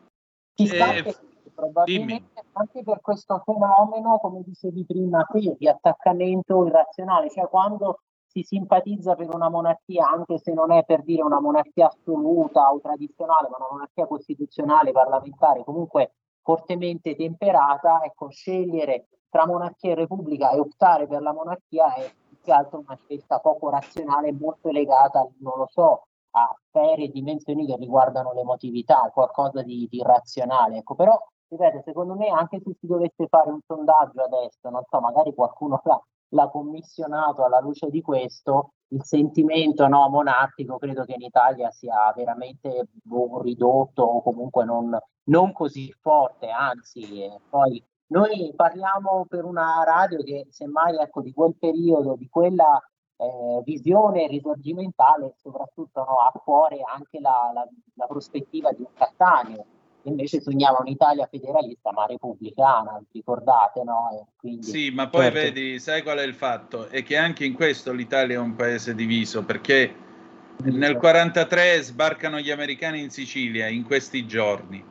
Probabilmente anche per questo fenomeno, come dicevi prima, di attaccamento irrazionale, cioè quando si simpatizza per una monarchia, anche se non è per dire una monarchia assoluta o tradizionale, ma una monarchia costituzionale, parlamentare, comunque fortemente temperata, ecco, scegliere tra monarchia e repubblica e optare per la monarchia è più che altro una scelta poco razionale e molto legata, non lo so, a sfere e dimensioni che riguardano l'emotività, qualcosa di irrazionale. Ecco, però, ripeto, secondo me, anche se si dovesse fare un sondaggio adesso, non so, magari qualcuno l'ha commissionato alla luce di questo, il sentimento monarchico credo che in Italia sia veramente ridotto o comunque non così forte, anzi, poi noi parliamo per una radio che semmai, ecco, di quel periodo, di quella visione risorgimentale, soprattutto ha a cuore anche la prospettiva di un Cattaneo. Invece sognava un'Italia federalista ma repubblicana, ricordate, no? Quindi, sì, ma poi vedi, sai qual è il fatto? È che anche in questo l'Italia è un paese diviso, perché nel 1943 sbarcano gli americani in Sicilia in questi giorni.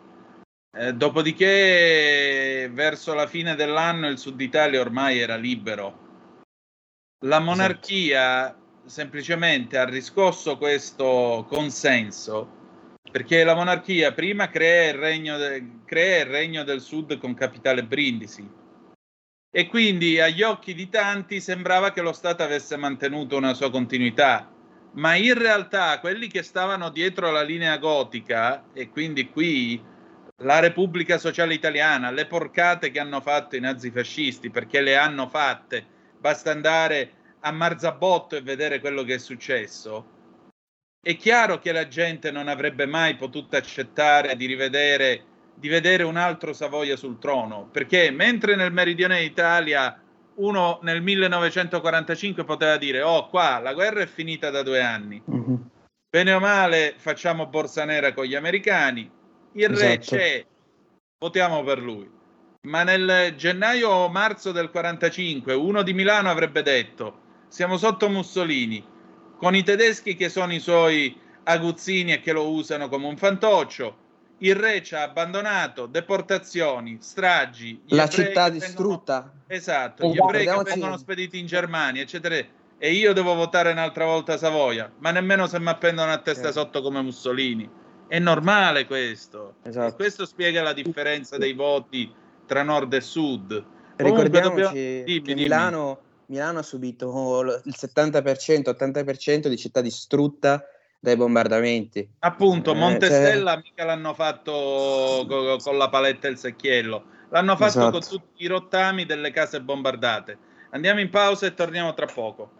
Dopodiché, verso la fine dell'anno, il Sud Italia ormai era libero. La monarchia semplicemente ha riscosso questo consenso, perché la monarchia prima crea il regno del Sud con capitale Brindisi, e quindi agli occhi di tanti sembrava che lo Stato avesse mantenuto una sua continuità, ma in realtà quelli che stavano dietro la linea gotica, e quindi qui la Repubblica Sociale Italiana, le porcate che hanno fatto i nazifascisti, perché le hanno fatte, basta andare a Marzabotto e vedere quello che è successo. È chiaro che la gente non avrebbe mai potuto accettare di vedere un altro Savoia sul trono, perché mentre nel meridione d'Italia uno nel 1945 poteva dire qua la guerra è finita da 2 anni, bene o male facciamo borsa nera con gli americani, il re c'è, votiamo per lui. Ma nel gennaio o marzo del 45 uno di Milano avrebbe detto siamo sotto Mussolini, con i tedeschi che sono i suoi aguzzini e che lo usano come un fantoccio, il re ci ha abbandonato, deportazioni, stragi, la città distrutta. Esatto, gli ebrei che vengono spediti in Germania, eccetera, e io devo votare un'altra volta Savoia, ma nemmeno se mi appendono a testa sotto come Mussolini. È normale questo. E questo spiega la differenza dei voti tra nord e sud. Ricordiamoci che Milano ha subito il 70%, 80% di città distrutta dai bombardamenti. Appunto, Montestella mica l'hanno fatto con la paletta e il secchiello, l'hanno fatto con tutti i rottami delle case bombardate. Andiamo in pausa e torniamo tra poco.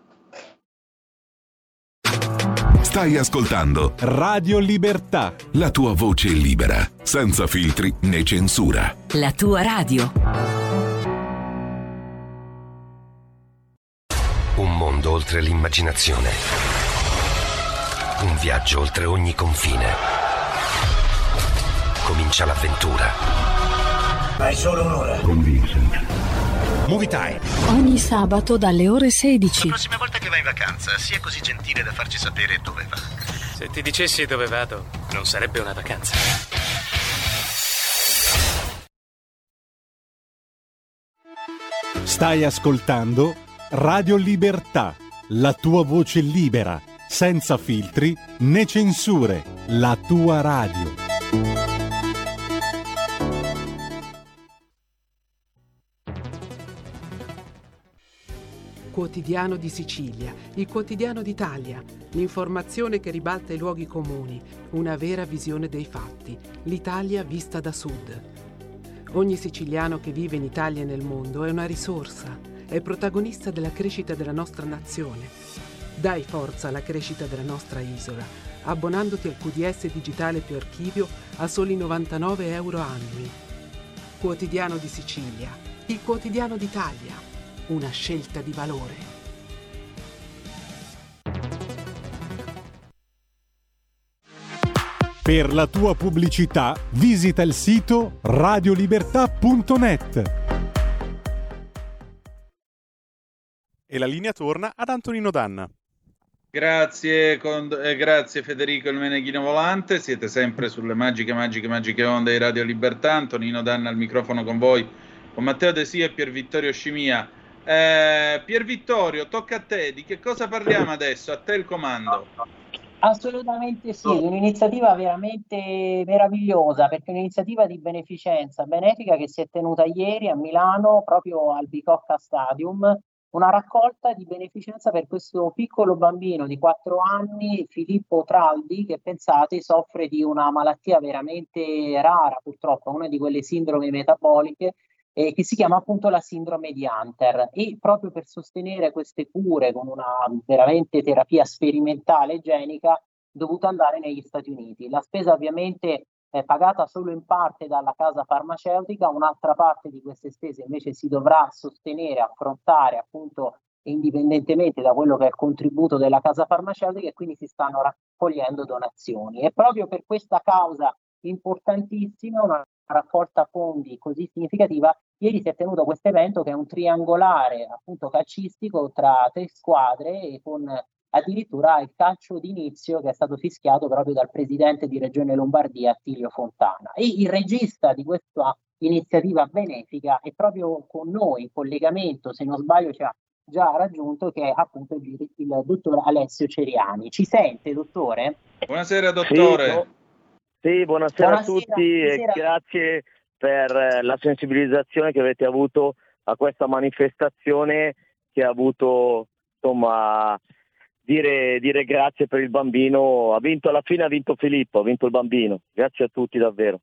Stai ascoltando Radio Libertà, la tua voce libera, senza filtri né censura. La tua radio. Un mondo oltre l'immaginazione. Un viaggio oltre ogni confine. Comincia l'avventura. Hai solo un'ora. Con Vincent. Movie Time. Ogni sabato dalle ore 16. La prossima volta che vai in vacanza, sia così gentile da farci sapere dove va. Se ti dicessi dove vado, non sarebbe una vacanza. Stai ascoltando Radio Libertà, la tua voce libera, senza filtri né censure, la tua radio. Quotidiano di Sicilia, il quotidiano d'Italia, l'informazione che ribalta i luoghi comuni, una vera visione dei fatti, l'Italia vista da sud. Ogni siciliano che vive in Italia e nel mondo è una risorsa, è protagonista della crescita della nostra nazione. Dai forza alla crescita della nostra isola, abbonandoti al QDS digitale più archivio a soli 99 euro annui. Quotidiano di Sicilia, il quotidiano d'Italia. Una scelta di valore. Per la tua pubblicità visita il sito radiolibertà.net. E la linea torna ad Antonino Danna. Grazie Federico il Meneghino Volante, siete sempre sulle magiche onde di Radio Libertà. Antonino Danna al microfono con voi, con Matteo De Sia e Pier Vittorio Scimia. Pier Vittorio, tocca a te, di che cosa parliamo adesso? A te il comando. Assolutamente sì, un'iniziativa veramente meravigliosa, perché è un'iniziativa di beneficenza benefica che si è tenuta ieri a Milano, proprio al Bicocca Stadium, una raccolta di beneficenza per questo piccolo bambino di 4 anni, Filippo Traldi, che pensate soffre di una malattia veramente rara, purtroppo, una di quelle sindromi metaboliche, che si chiama appunto la sindrome di Hunter, e proprio per sostenere queste cure con una veramente terapia sperimentale genica dovuto andare negli Stati Uniti. La spesa ovviamente è pagata solo in parte dalla casa farmaceutica, un'altra parte di queste spese invece si dovrà sostenere, affrontare appunto indipendentemente da quello che è il contributo della casa farmaceutica, e quindi si stanno raccogliendo donazioni. E proprio per questa causa importantissima, una raccolta fondi così significativa, ieri si è tenuto questo evento che è un triangolare appunto calcistico tra 3 squadre, e con addirittura il calcio d'inizio che è stato fischiato proprio dal presidente di Regione Lombardia Attilio Fontana. E il regista di questa iniziativa benefica è proprio con noi, in collegamento, se non sbaglio ci ha già raggiunto, che è appunto il dottor Alessio Ceriani. Ci sente, dottore? Buonasera dottore. Sì, buonasera a tutti e grazie per la sensibilizzazione che avete avuto a questa manifestazione che ha avuto, insomma, dire grazie per il bambino. Alla fine ha vinto Filippo, ha vinto il bambino. Grazie a tutti davvero.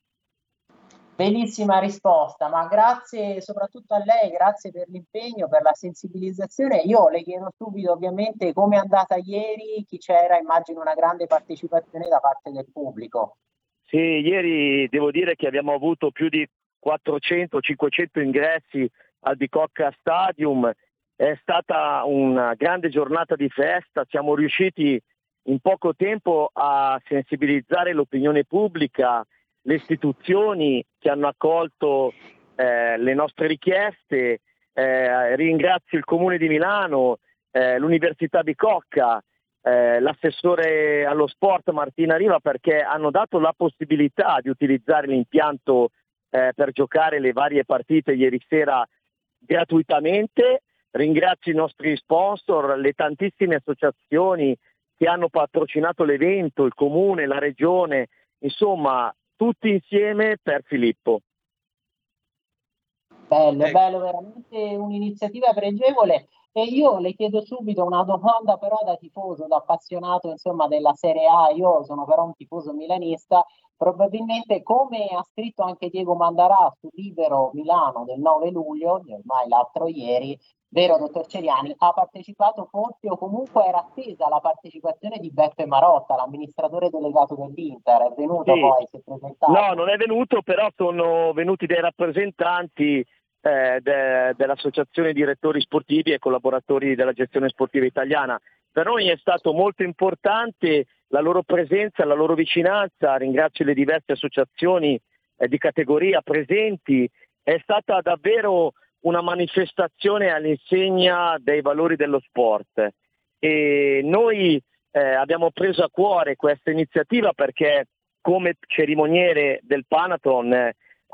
Bellissima risposta, ma grazie soprattutto a lei, grazie per l'impegno, per la sensibilizzazione. Io le chiedo subito ovviamente come è andata ieri, chi c'era, immagino una grande partecipazione da parte del pubblico. Sì, ieri devo dire che abbiamo avuto più di 400-500 ingressi al Bicocca Stadium, è stata una grande giornata di festa, siamo riusciti in poco tempo a sensibilizzare l'opinione pubblica, le istituzioni che hanno accolto le nostre richieste, ringrazio il Comune di Milano, l'Università Bicocca, l'assessore allo sport Martina Riva, perché hanno dato la possibilità di utilizzare l'impianto per giocare le varie partite ieri sera gratuitamente. Ringrazio i nostri sponsor, le tantissime associazioni che hanno patrocinato l'evento, il Comune, la Regione, insomma tutti insieme per Filippo. Bello, veramente un'iniziativa pregevole. E io le chiedo subito una domanda però da tifoso, da appassionato insomma della Serie A. Io sono però un tifoso milanista, probabilmente come ha scritto anche Diego Mandarà su Libero Milano del 9 luglio, ormai l'altro ieri, vero dottor Ceriani, ha partecipato forse o comunque era attesa la partecipazione di Beppe Marotta, l'amministratore delegato dell'Inter, è venuto sì. Poi, si è presentato? No, non è venuto, però sono venuti dei rappresentanti dell'Associazione Direttori Sportivi e Collaboratori della Gestione Sportiva Italiana. Per noi è stato molto importante la loro presenza, la loro vicinanza. Ringrazio le diverse associazioni di categoria presenti. È stata davvero una manifestazione all'insegna dei valori dello sport, e noi abbiamo preso a cuore questa iniziativa perché come cerimoniere del Panathlon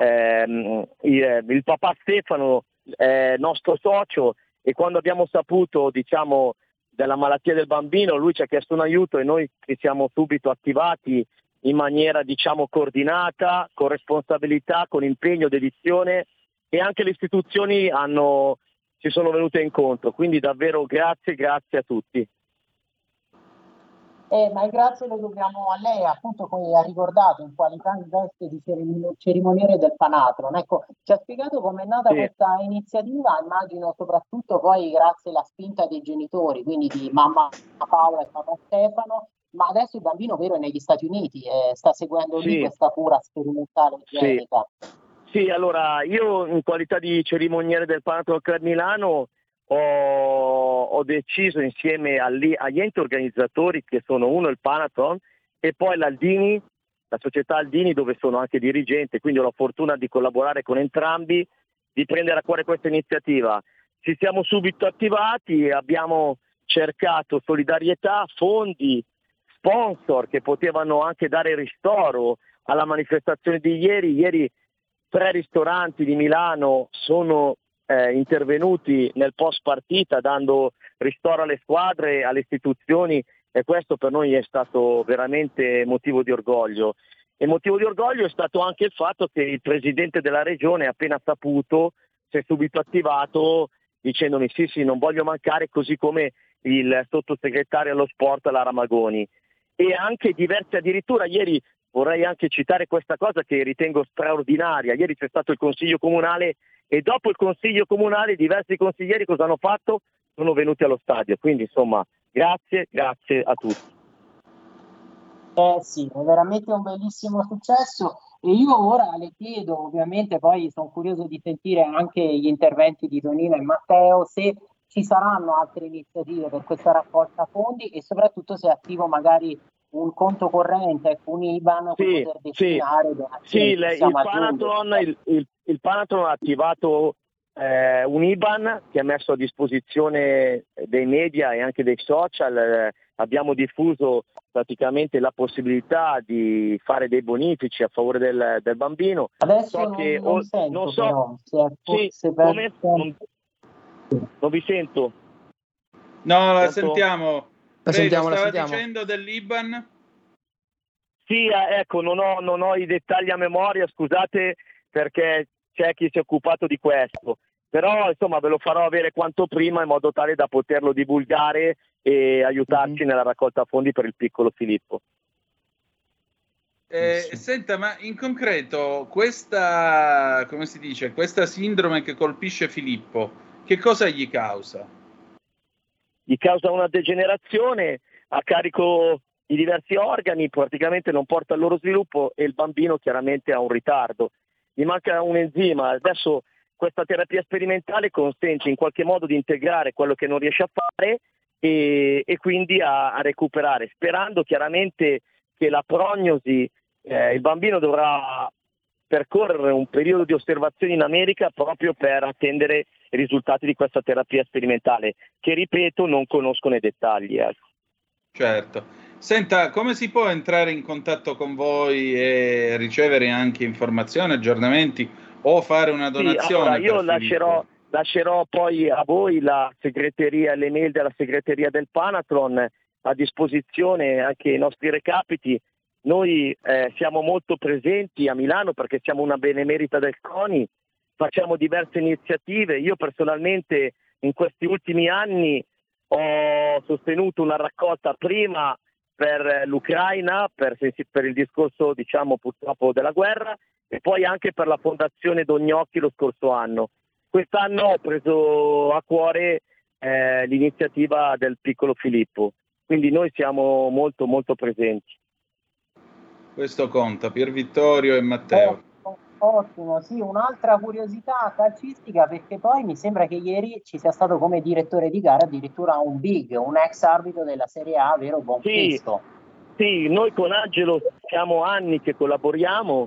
il papà Stefano è nostro socio, e quando abbiamo saputo della malattia del bambino, lui ci ha chiesto un aiuto e noi ci siamo subito attivati in maniera coordinata, con responsabilità, con impegno, dedizione, e anche le istituzioni ci sono venute incontro, quindi davvero grazie a tutti. Ma il grazie lo dobbiamo a lei, appunto, come ha ricordato, in qualità di veste di cerimoniere del Panathlon. Ecco, ci ha spiegato com'è nata questa iniziativa, immagino soprattutto poi grazie alla spinta dei genitori, quindi di mamma Paola e papà Stefano, ma adesso il bambino vero è negli Stati Uniti e sta seguendo lì questa cura sperimentale igienica. Sì, allora io in qualità di cerimoniere del Panathlon Club Milano ho deciso insieme agli enti organizzatori, che sono uno il Panathlon e poi l'Aldini, la società Aldini, dove sono anche dirigente, quindi ho la fortuna di collaborare con entrambi, di prendere a cuore questa iniziativa. Ci siamo subito attivati, abbiamo cercato solidarietà, fondi, sponsor che potevano anche dare ristoro alla manifestazione di ieri. Ieri 3 ristoranti di Milano sono intervenuti nel post partita dando ristoro alle squadre, alle istituzioni, e questo per noi è stato veramente motivo di orgoglio. E motivo di orgoglio è stato anche il fatto che il presidente della regione, appena saputo, si è subito attivato dicendomi sì, non voglio mancare, così come il sottosegretario allo sport Lara Magoni. E anche diversi, addirittura ieri vorrei anche citare questa cosa che ritengo straordinaria. Ieri c'è stato il Consiglio Comunale e dopo il Consiglio Comunale diversi consiglieri cosa hanno fatto? Sono venuti allo stadio. Quindi insomma, grazie a tutti. Sì, è veramente un bellissimo successo, e io ora le chiedo, ovviamente poi sono curioso di sentire anche gli interventi di Tonino e Matteo, se ci saranno altre iniziative per questa raccolta fondi e soprattutto se è attivo magari un conto corrente, un IBAN per poter destinare. Il Panathlon ha attivato un IBAN che ha messo a disposizione dei media e anche dei social. Abbiamo diffuso praticamente la possibilità di fare dei bonifici a favore del bambino. Adesso non vi sento. No, la sentiamo. La sentiamo. Dicendo dell'IBAN? Sì, ecco, non ho i dettagli a memoria, scusate, perché c'è chi si è occupato di questo. Però insomma ve lo farò avere quanto prima in modo tale da poterlo divulgare e aiutarci nella raccolta fondi per il piccolo Filippo. Senta, ma in concreto questa, come si dice, questa sindrome che colpisce Filippo, che cosa gli causa? Gli causa una degenerazione a carico di diversi organi, praticamente non porta al loro sviluppo e il bambino chiaramente ha un ritardo. Gli manca un enzima. Adesso questa terapia sperimentale consente in qualche modo di integrare quello che non riesce a fare e quindi a recuperare, sperando chiaramente che la prognosi, il bambino dovrà percorrere un periodo di osservazione in America proprio per attendere i risultati di questa terapia sperimentale, che ripeto non conosco nei dettagli. Certo. Senta, come si può entrare in contatto con voi e ricevere anche informazioni, aggiornamenti o fare una donazione? Io lascerò poi a voi la segreteria, le mail della segreteria del Panathlon, a disposizione anche i nostri recapiti. Noi siamo molto presenti a Milano perché siamo una benemerita del CONI, facciamo diverse iniziative. Io personalmente in questi ultimi anni ho sostenuto una raccolta prima per l'Ucraina, per il discorso purtroppo della guerra, e poi anche per la Fondazione Dognocchi lo scorso anno. Quest'anno ho preso a cuore l'iniziativa del piccolo Filippo, quindi noi siamo molto molto presenti. Questo conta, Pier Vittorio e Matteo. Ottimo, sì, un'altra curiosità calcistica, perché poi mi sembra che ieri ci sia stato come direttore di gara addirittura un ex arbitro della Serie A, vero Bonfisto? Sì, noi con Angelo siamo anni che collaboriamo,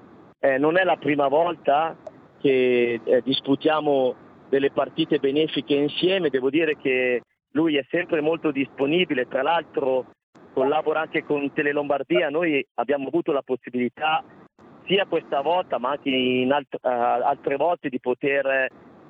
non è la prima volta che disputiamo delle partite benefiche insieme. Devo dire che lui è sempre molto disponibile, tra l'altro collabora anche con Tele Lombardia. Noi abbiamo avuto la possibilità sia questa volta ma anche in altre volte di poter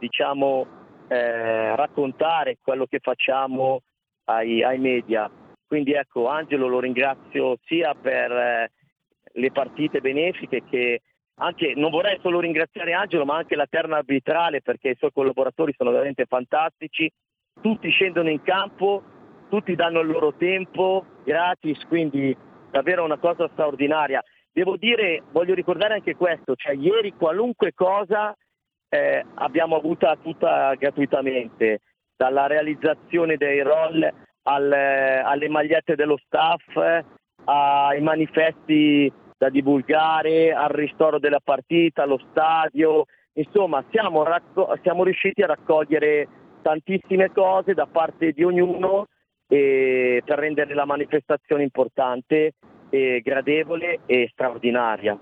raccontare quello che facciamo ai media. Quindi ecco, Angelo lo ringrazio sia per le partite benefiche che anche, non vorrei solo ringraziare Angelo ma anche la terna arbitrale, perché i suoi collaboratori sono veramente fantastici, tutti scendono in campo, tutti danno il loro tempo gratis, quindi davvero una cosa straordinaria. Devo dire, voglio ricordare anche questo, cioè ieri qualunque cosa abbiamo avuta tutta gratuitamente, dalla realizzazione dei roll alle magliette dello staff, ai manifesti da divulgare, al ristoro della partita, allo stadio. Insomma, siamo riusciti a raccogliere tantissime cose da parte di ognuno per rendere la manifestazione importante, gradevole e straordinaria.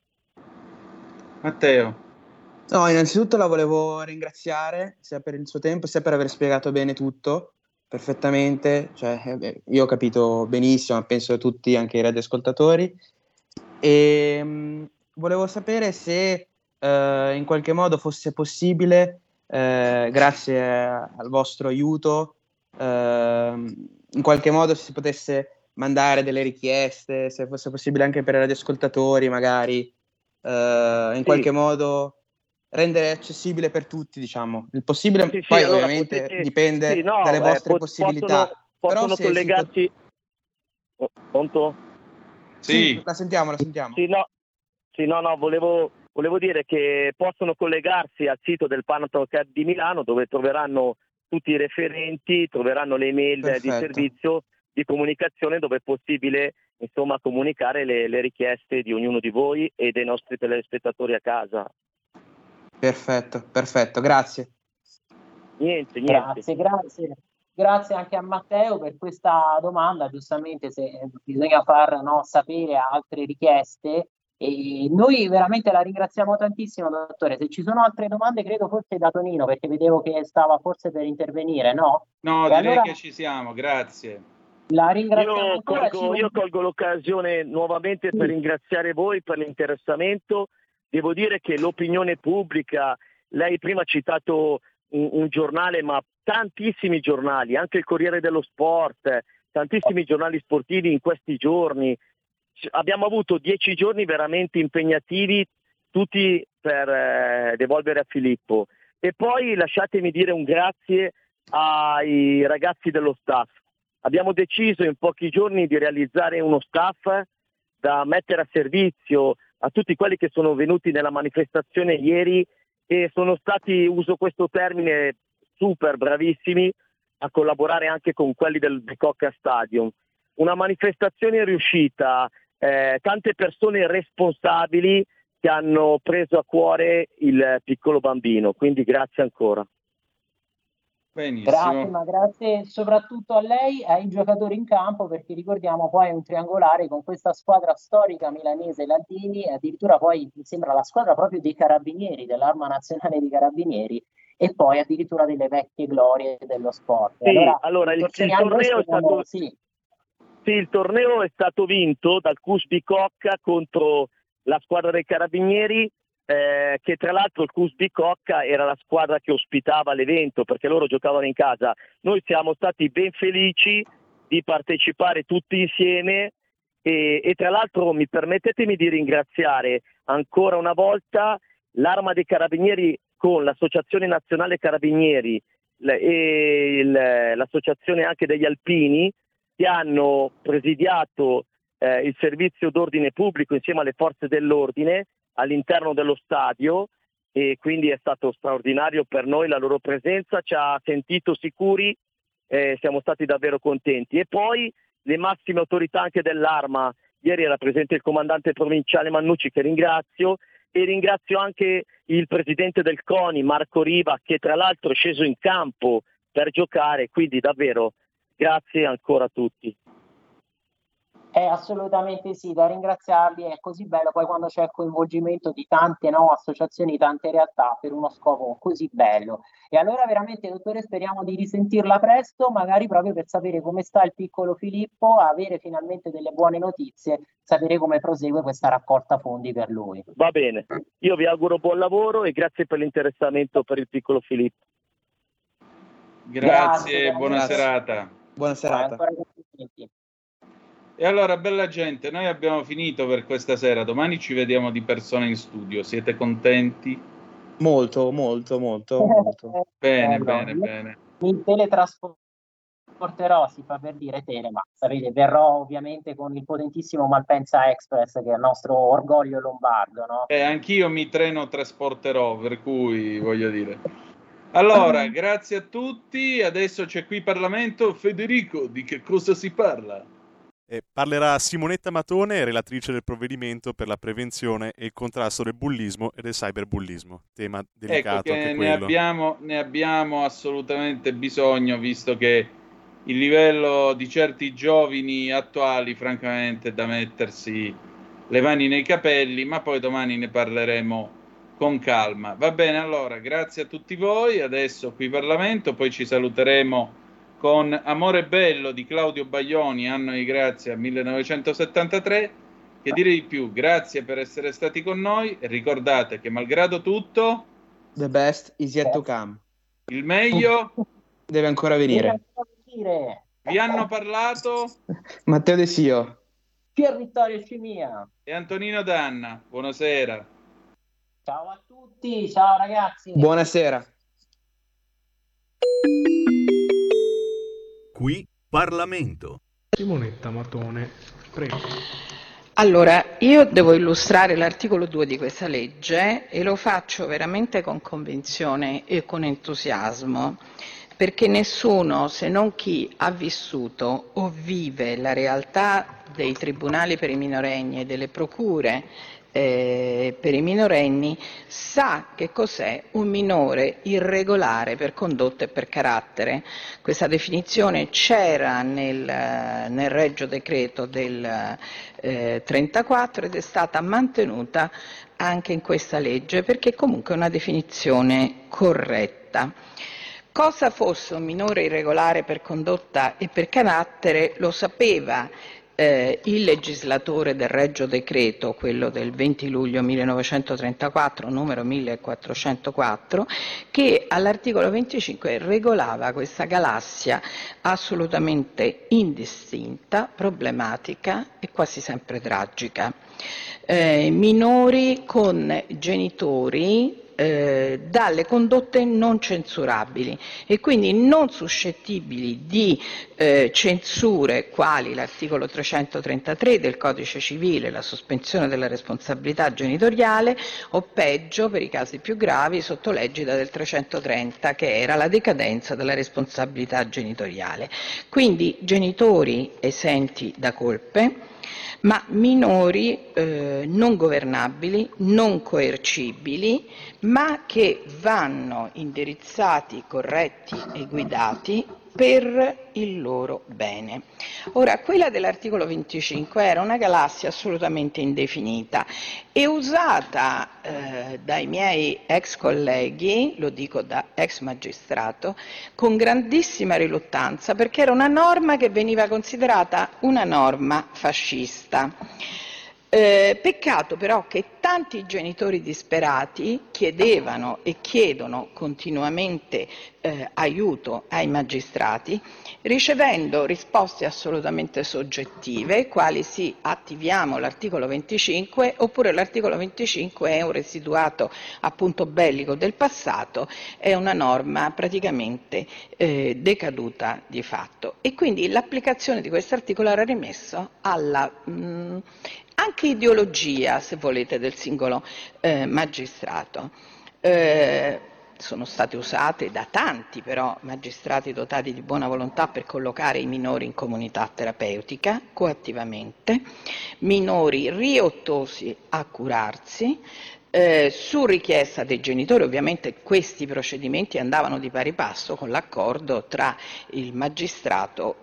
Matteo. No, innanzitutto la volevo ringraziare sia per il suo tempo sia per aver spiegato bene tutto, perfettamente. Cioè, io ho capito benissimo, penso tutti, anche i radioascoltatori. E volevo sapere se in qualche modo fosse possibile, grazie al vostro aiuto, in qualche modo si potesse mandare delle richieste, se fosse possibile anche per i radioascoltatori magari, in qualche modo rendere accessibile per tutti, diciamo. Il possibile, poi allora, ovviamente dipende dalle vostre possibilità. Possono collegarsi... Pronto? Sì, la sentiamo. Volevo dire che possono collegarsi al sito del Panathinaikos Club di Milano, dove troveranno tutti i referenti, troveranno le email di servizio di comunicazione, dove è possibile insomma comunicare le richieste di ognuno di voi e dei nostri telespettatori a casa. Perfetto, grazie. Niente. Grazie anche a Matteo per questa domanda. Giustamente, se bisogna far sapere altre richieste, e noi veramente la ringraziamo tantissimo, dottore. Se ci sono altre domande, credo forse da Tonino, perché vedevo che stava forse per intervenire, no? No, direi allora, che ci siamo, grazie. La ringraziamo io colgo l'occasione nuovamente per ringraziare voi per l'interessamento. Devo dire che l'opinione pubblica, lei prima ha citato un giornale, ma tantissimi giornali, anche il Corriere dello Sport, tantissimi giornali sportivi in questi giorni. Abbiamo avuto 10 giorni veramente impegnativi, tutti per devolvere a Filippo. E poi lasciatemi dire un grazie ai ragazzi dello staff. Abbiamo deciso in pochi giorni di realizzare uno staff da mettere a servizio a tutti quelli che sono venuti nella manifestazione ieri e sono stati, uso questo termine, super bravissimi a collaborare anche con quelli del Bicocca Stadium. Una manifestazione riuscita, tante persone responsabili che hanno preso a cuore il piccolo bambino, quindi grazie ancora. Benissimo. Grazie soprattutto a lei e ai giocatori in campo, perché ricordiamo poi un triangolare con questa squadra storica milanese, Latini, e addirittura poi mi sembra la squadra proprio dei Carabinieri, dell'Arma Nazionale dei Carabinieri, e poi addirittura delle vecchie glorie dello sport. Sì, allora il torneo è stato vinto dal CUS Bicocca contro la squadra dei Carabinieri, che tra l'altro il CUS Bicocca era la squadra che ospitava l'evento, perché loro giocavano in casa. Noi siamo stati ben felici di partecipare tutti insieme e tra l'altro permettetemi di ringraziare ancora una volta l'Arma dei Carabinieri con l'Associazione Nazionale Carabinieri e l'Associazione anche degli Alpini, che hanno presidiato il servizio d'ordine pubblico insieme alle forze dell'ordine all'interno dello stadio, e quindi è stato straordinario per noi la loro presenza, ci ha sentito sicuri, siamo stati davvero contenti. E poi le massime autorità anche dell'Arma, ieri era presente il comandante provinciale Mannucci, che ringrazio, e ringrazio anche il presidente del CONI Marco Riva, che tra l'altro è sceso in campo per giocare, quindi davvero grazie ancora a tutti. Assolutamente sì, da ringraziarli, è così bello poi quando c'è il coinvolgimento di tante associazioni, tante realtà per uno scopo così bello. E allora veramente, dottore, speriamo di risentirla presto, magari proprio per sapere come sta il piccolo Filippo, avere finalmente delle buone notizie, sapere come prosegue questa raccolta fondi per lui. Va bene, io vi auguro buon lavoro e grazie per l'interessamento per il piccolo Filippo. Grazie, buona serata. Buona serata. E allora, bella gente, noi abbiamo finito per questa sera. Domani ci vediamo di persona in studio. Siete contenti? Molto. Bene. Mi teletrasporterò, si fa per dire tele, ma sapete, verrò ovviamente con il potentissimo Malpensa Express, che è il nostro orgoglio lombardo, no? Anch'io mi trasporterò, per cui voglio dire. Allora, grazie a tutti. Adesso c'è qui Parlamento. Federico, di che cosa si parla? Parlerà Simonetta Matone, relatrice del provvedimento per la prevenzione e il contrasto del bullismo e del cyberbullismo, tema delicato anche quello. Ne abbiamo assolutamente bisogno, visto che il livello di certi giovani attuali, francamente, è da mettersi le mani nei capelli, ma poi domani ne parleremo con calma. Va bene, allora, grazie a tutti voi. Adesso qui Parlamento, poi ci saluteremo con Amore bello di Claudio Baglioni, anno di grazia 1973. Che dire di più? Grazie per essere stati con noi e ricordate che malgrado tutto, the best is yet to come. Il meglio deve ancora venire. Vi hanno parlato Matteo De Sio, Pier Vittorio Cimia e Antonino Danna. Buonasera. Ciao a tutti, ciao ragazzi. Buonasera. Qui Parlamento. Simonetta Matone, prego. Allora, io devo illustrare l'articolo 2 di questa legge e lo faccio veramente con convinzione e con entusiasmo, perché nessuno, se non chi ha vissuto o vive la realtà dei tribunali per i minorenni e delle procure per i minorenni, sa che cos'è un minore irregolare per condotta e per carattere. Questa definizione c'era nel Regio Decreto del 34 ed è stata mantenuta anche in questa legge, perché comunque è una definizione corretta. Cosa fosse un minore irregolare per condotta e per carattere lo sapeva il legislatore del Regio Decreto, quello del 20 luglio 1934, numero 1404, che all'articolo 25 regolava questa galassia assolutamente indistinta, problematica e quasi sempre tragica. Minori con genitori dalle condotte non censurabili e quindi non suscettibili di censure quali l'articolo 333 del Codice Civile, la sospensione della responsabilità genitoriale, o peggio, per i casi più gravi, sotto l'egida del 330, che era la decadenza della responsabilità genitoriale. Quindi genitori esenti da colpe, ma minori non governabili, non coercibili, ma che vanno indirizzati, corretti e guidati per il loro bene. Ora, quella dell'articolo 25 era una galassia assolutamente indefinita e usata dai miei ex colleghi, lo dico da ex magistrato, con grandissima riluttanza, perché era una norma che veniva considerata una norma fascista. Peccato però che tanti genitori disperati chiedevano e chiedono continuamente aiuto ai magistrati, ricevendo risposte assolutamente soggettive, quali sì, attiviamo l'articolo 25, oppure l'articolo 25 è un residuato appunto bellico del passato, è una norma praticamente decaduta di fatto. E quindi l'applicazione di questo articolo era rimesso alla anche ideologia, se volete, del singolo magistrato. Sono state usate da tanti però magistrati dotati di buona volontà per collocare i minori in comunità terapeutica coattivamente, minori riottosi a curarsi, Su richiesta dei genitori, ovviamente questi procedimenti andavano di pari passo con l'accordo tra il magistrato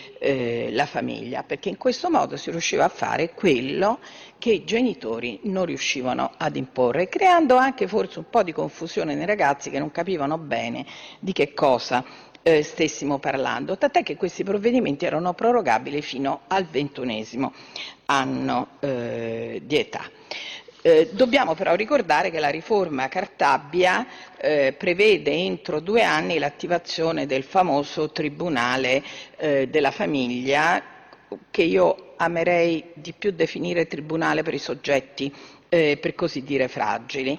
e la famiglia, perché in questo modo si riusciva a fare quello che i genitori non riuscivano ad imporre, creando anche forse un po' di confusione nei ragazzi che non capivano bene di che cosa stessimo parlando, tant'è che questi provvedimenti erano prorogabili fino al 21° anno di età. Dobbiamo però ricordare che la riforma Cartabia prevede entro 2 anni l'attivazione del famoso Tribunale della famiglia, che io amerei di più definire tribunale per i soggetti per così dire fragili,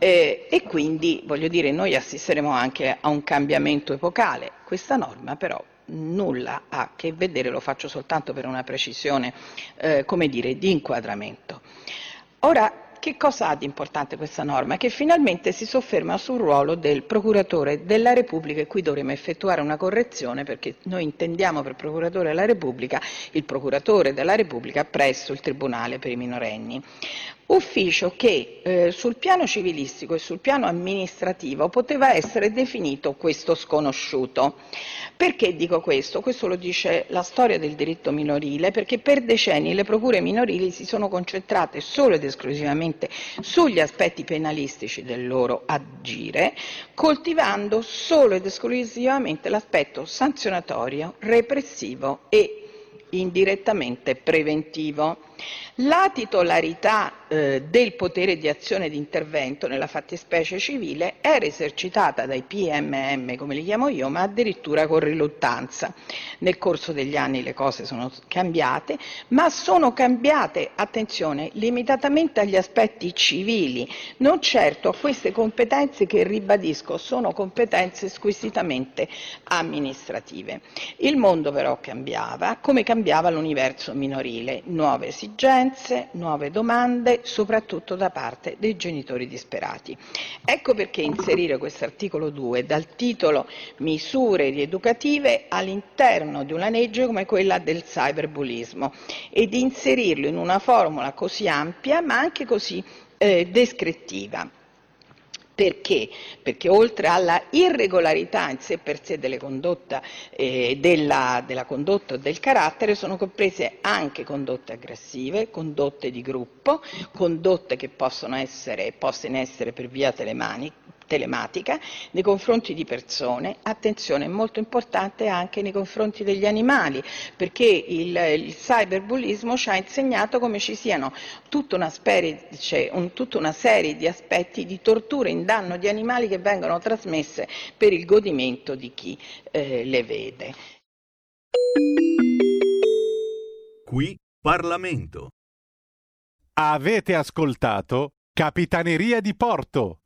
e quindi voglio dire noi assisteremo anche a un cambiamento epocale. Questa norma però nulla ha a che vedere, lo faccio soltanto per una precisione come dire di inquadramento. Ora, che cosa ha di importante questa norma? Che finalmente si sofferma sul ruolo del procuratore della Repubblica, e qui dovremo effettuare una correzione perché noi intendiamo per procuratore della Repubblica il procuratore della Repubblica presso il Tribunale per i minorenni. Ufficio che sul piano civilistico e sul piano amministrativo poteva essere definito questo sconosciuto. Perché dico questo? Questo lo dice la storia del diritto minorile, perché per decenni le procure minorili si sono concentrate solo ed esclusivamente sugli aspetti penalistici del loro agire, coltivando solo ed esclusivamente l'aspetto sanzionatorio, repressivo e indirettamente preventivo. La titolarità del potere di azione e di intervento nella fattispecie civile era esercitata dai PMM, come li chiamo io, ma addirittura con riluttanza. Nel corso degli anni le cose sono cambiate, ma sono cambiate, attenzione, limitatamente agli aspetti civili, non certo a queste competenze che, ribadisco, sono competenze squisitamente amministrative. Il mondo però cambiava, come cambiava l'universo minorile, nuove esigenze, nuove domande, soprattutto da parte dei genitori disperati. Ecco perché inserire questo articolo 2 dal titolo Misure rieducative all'interno di una legge come quella del cyberbullismo e di inserirlo in una formula così ampia ma anche così descrittiva. Perché? Perché oltre alla irregolarità in sé per sé della condotta o del carattere sono comprese anche condotte aggressive, condotte di gruppo, condotte che possono essere poste in essere per via telematica nei confronti di persone, attenzione, molto importante anche nei confronti degli animali, perché il cyberbullismo ci ha insegnato come ci siano tutta una serie di aspetti di torture in danno di animali che vengono trasmesse per il godimento di chi le vede. Qui Parlamento. Avete ascoltato Capitaneria di Porto,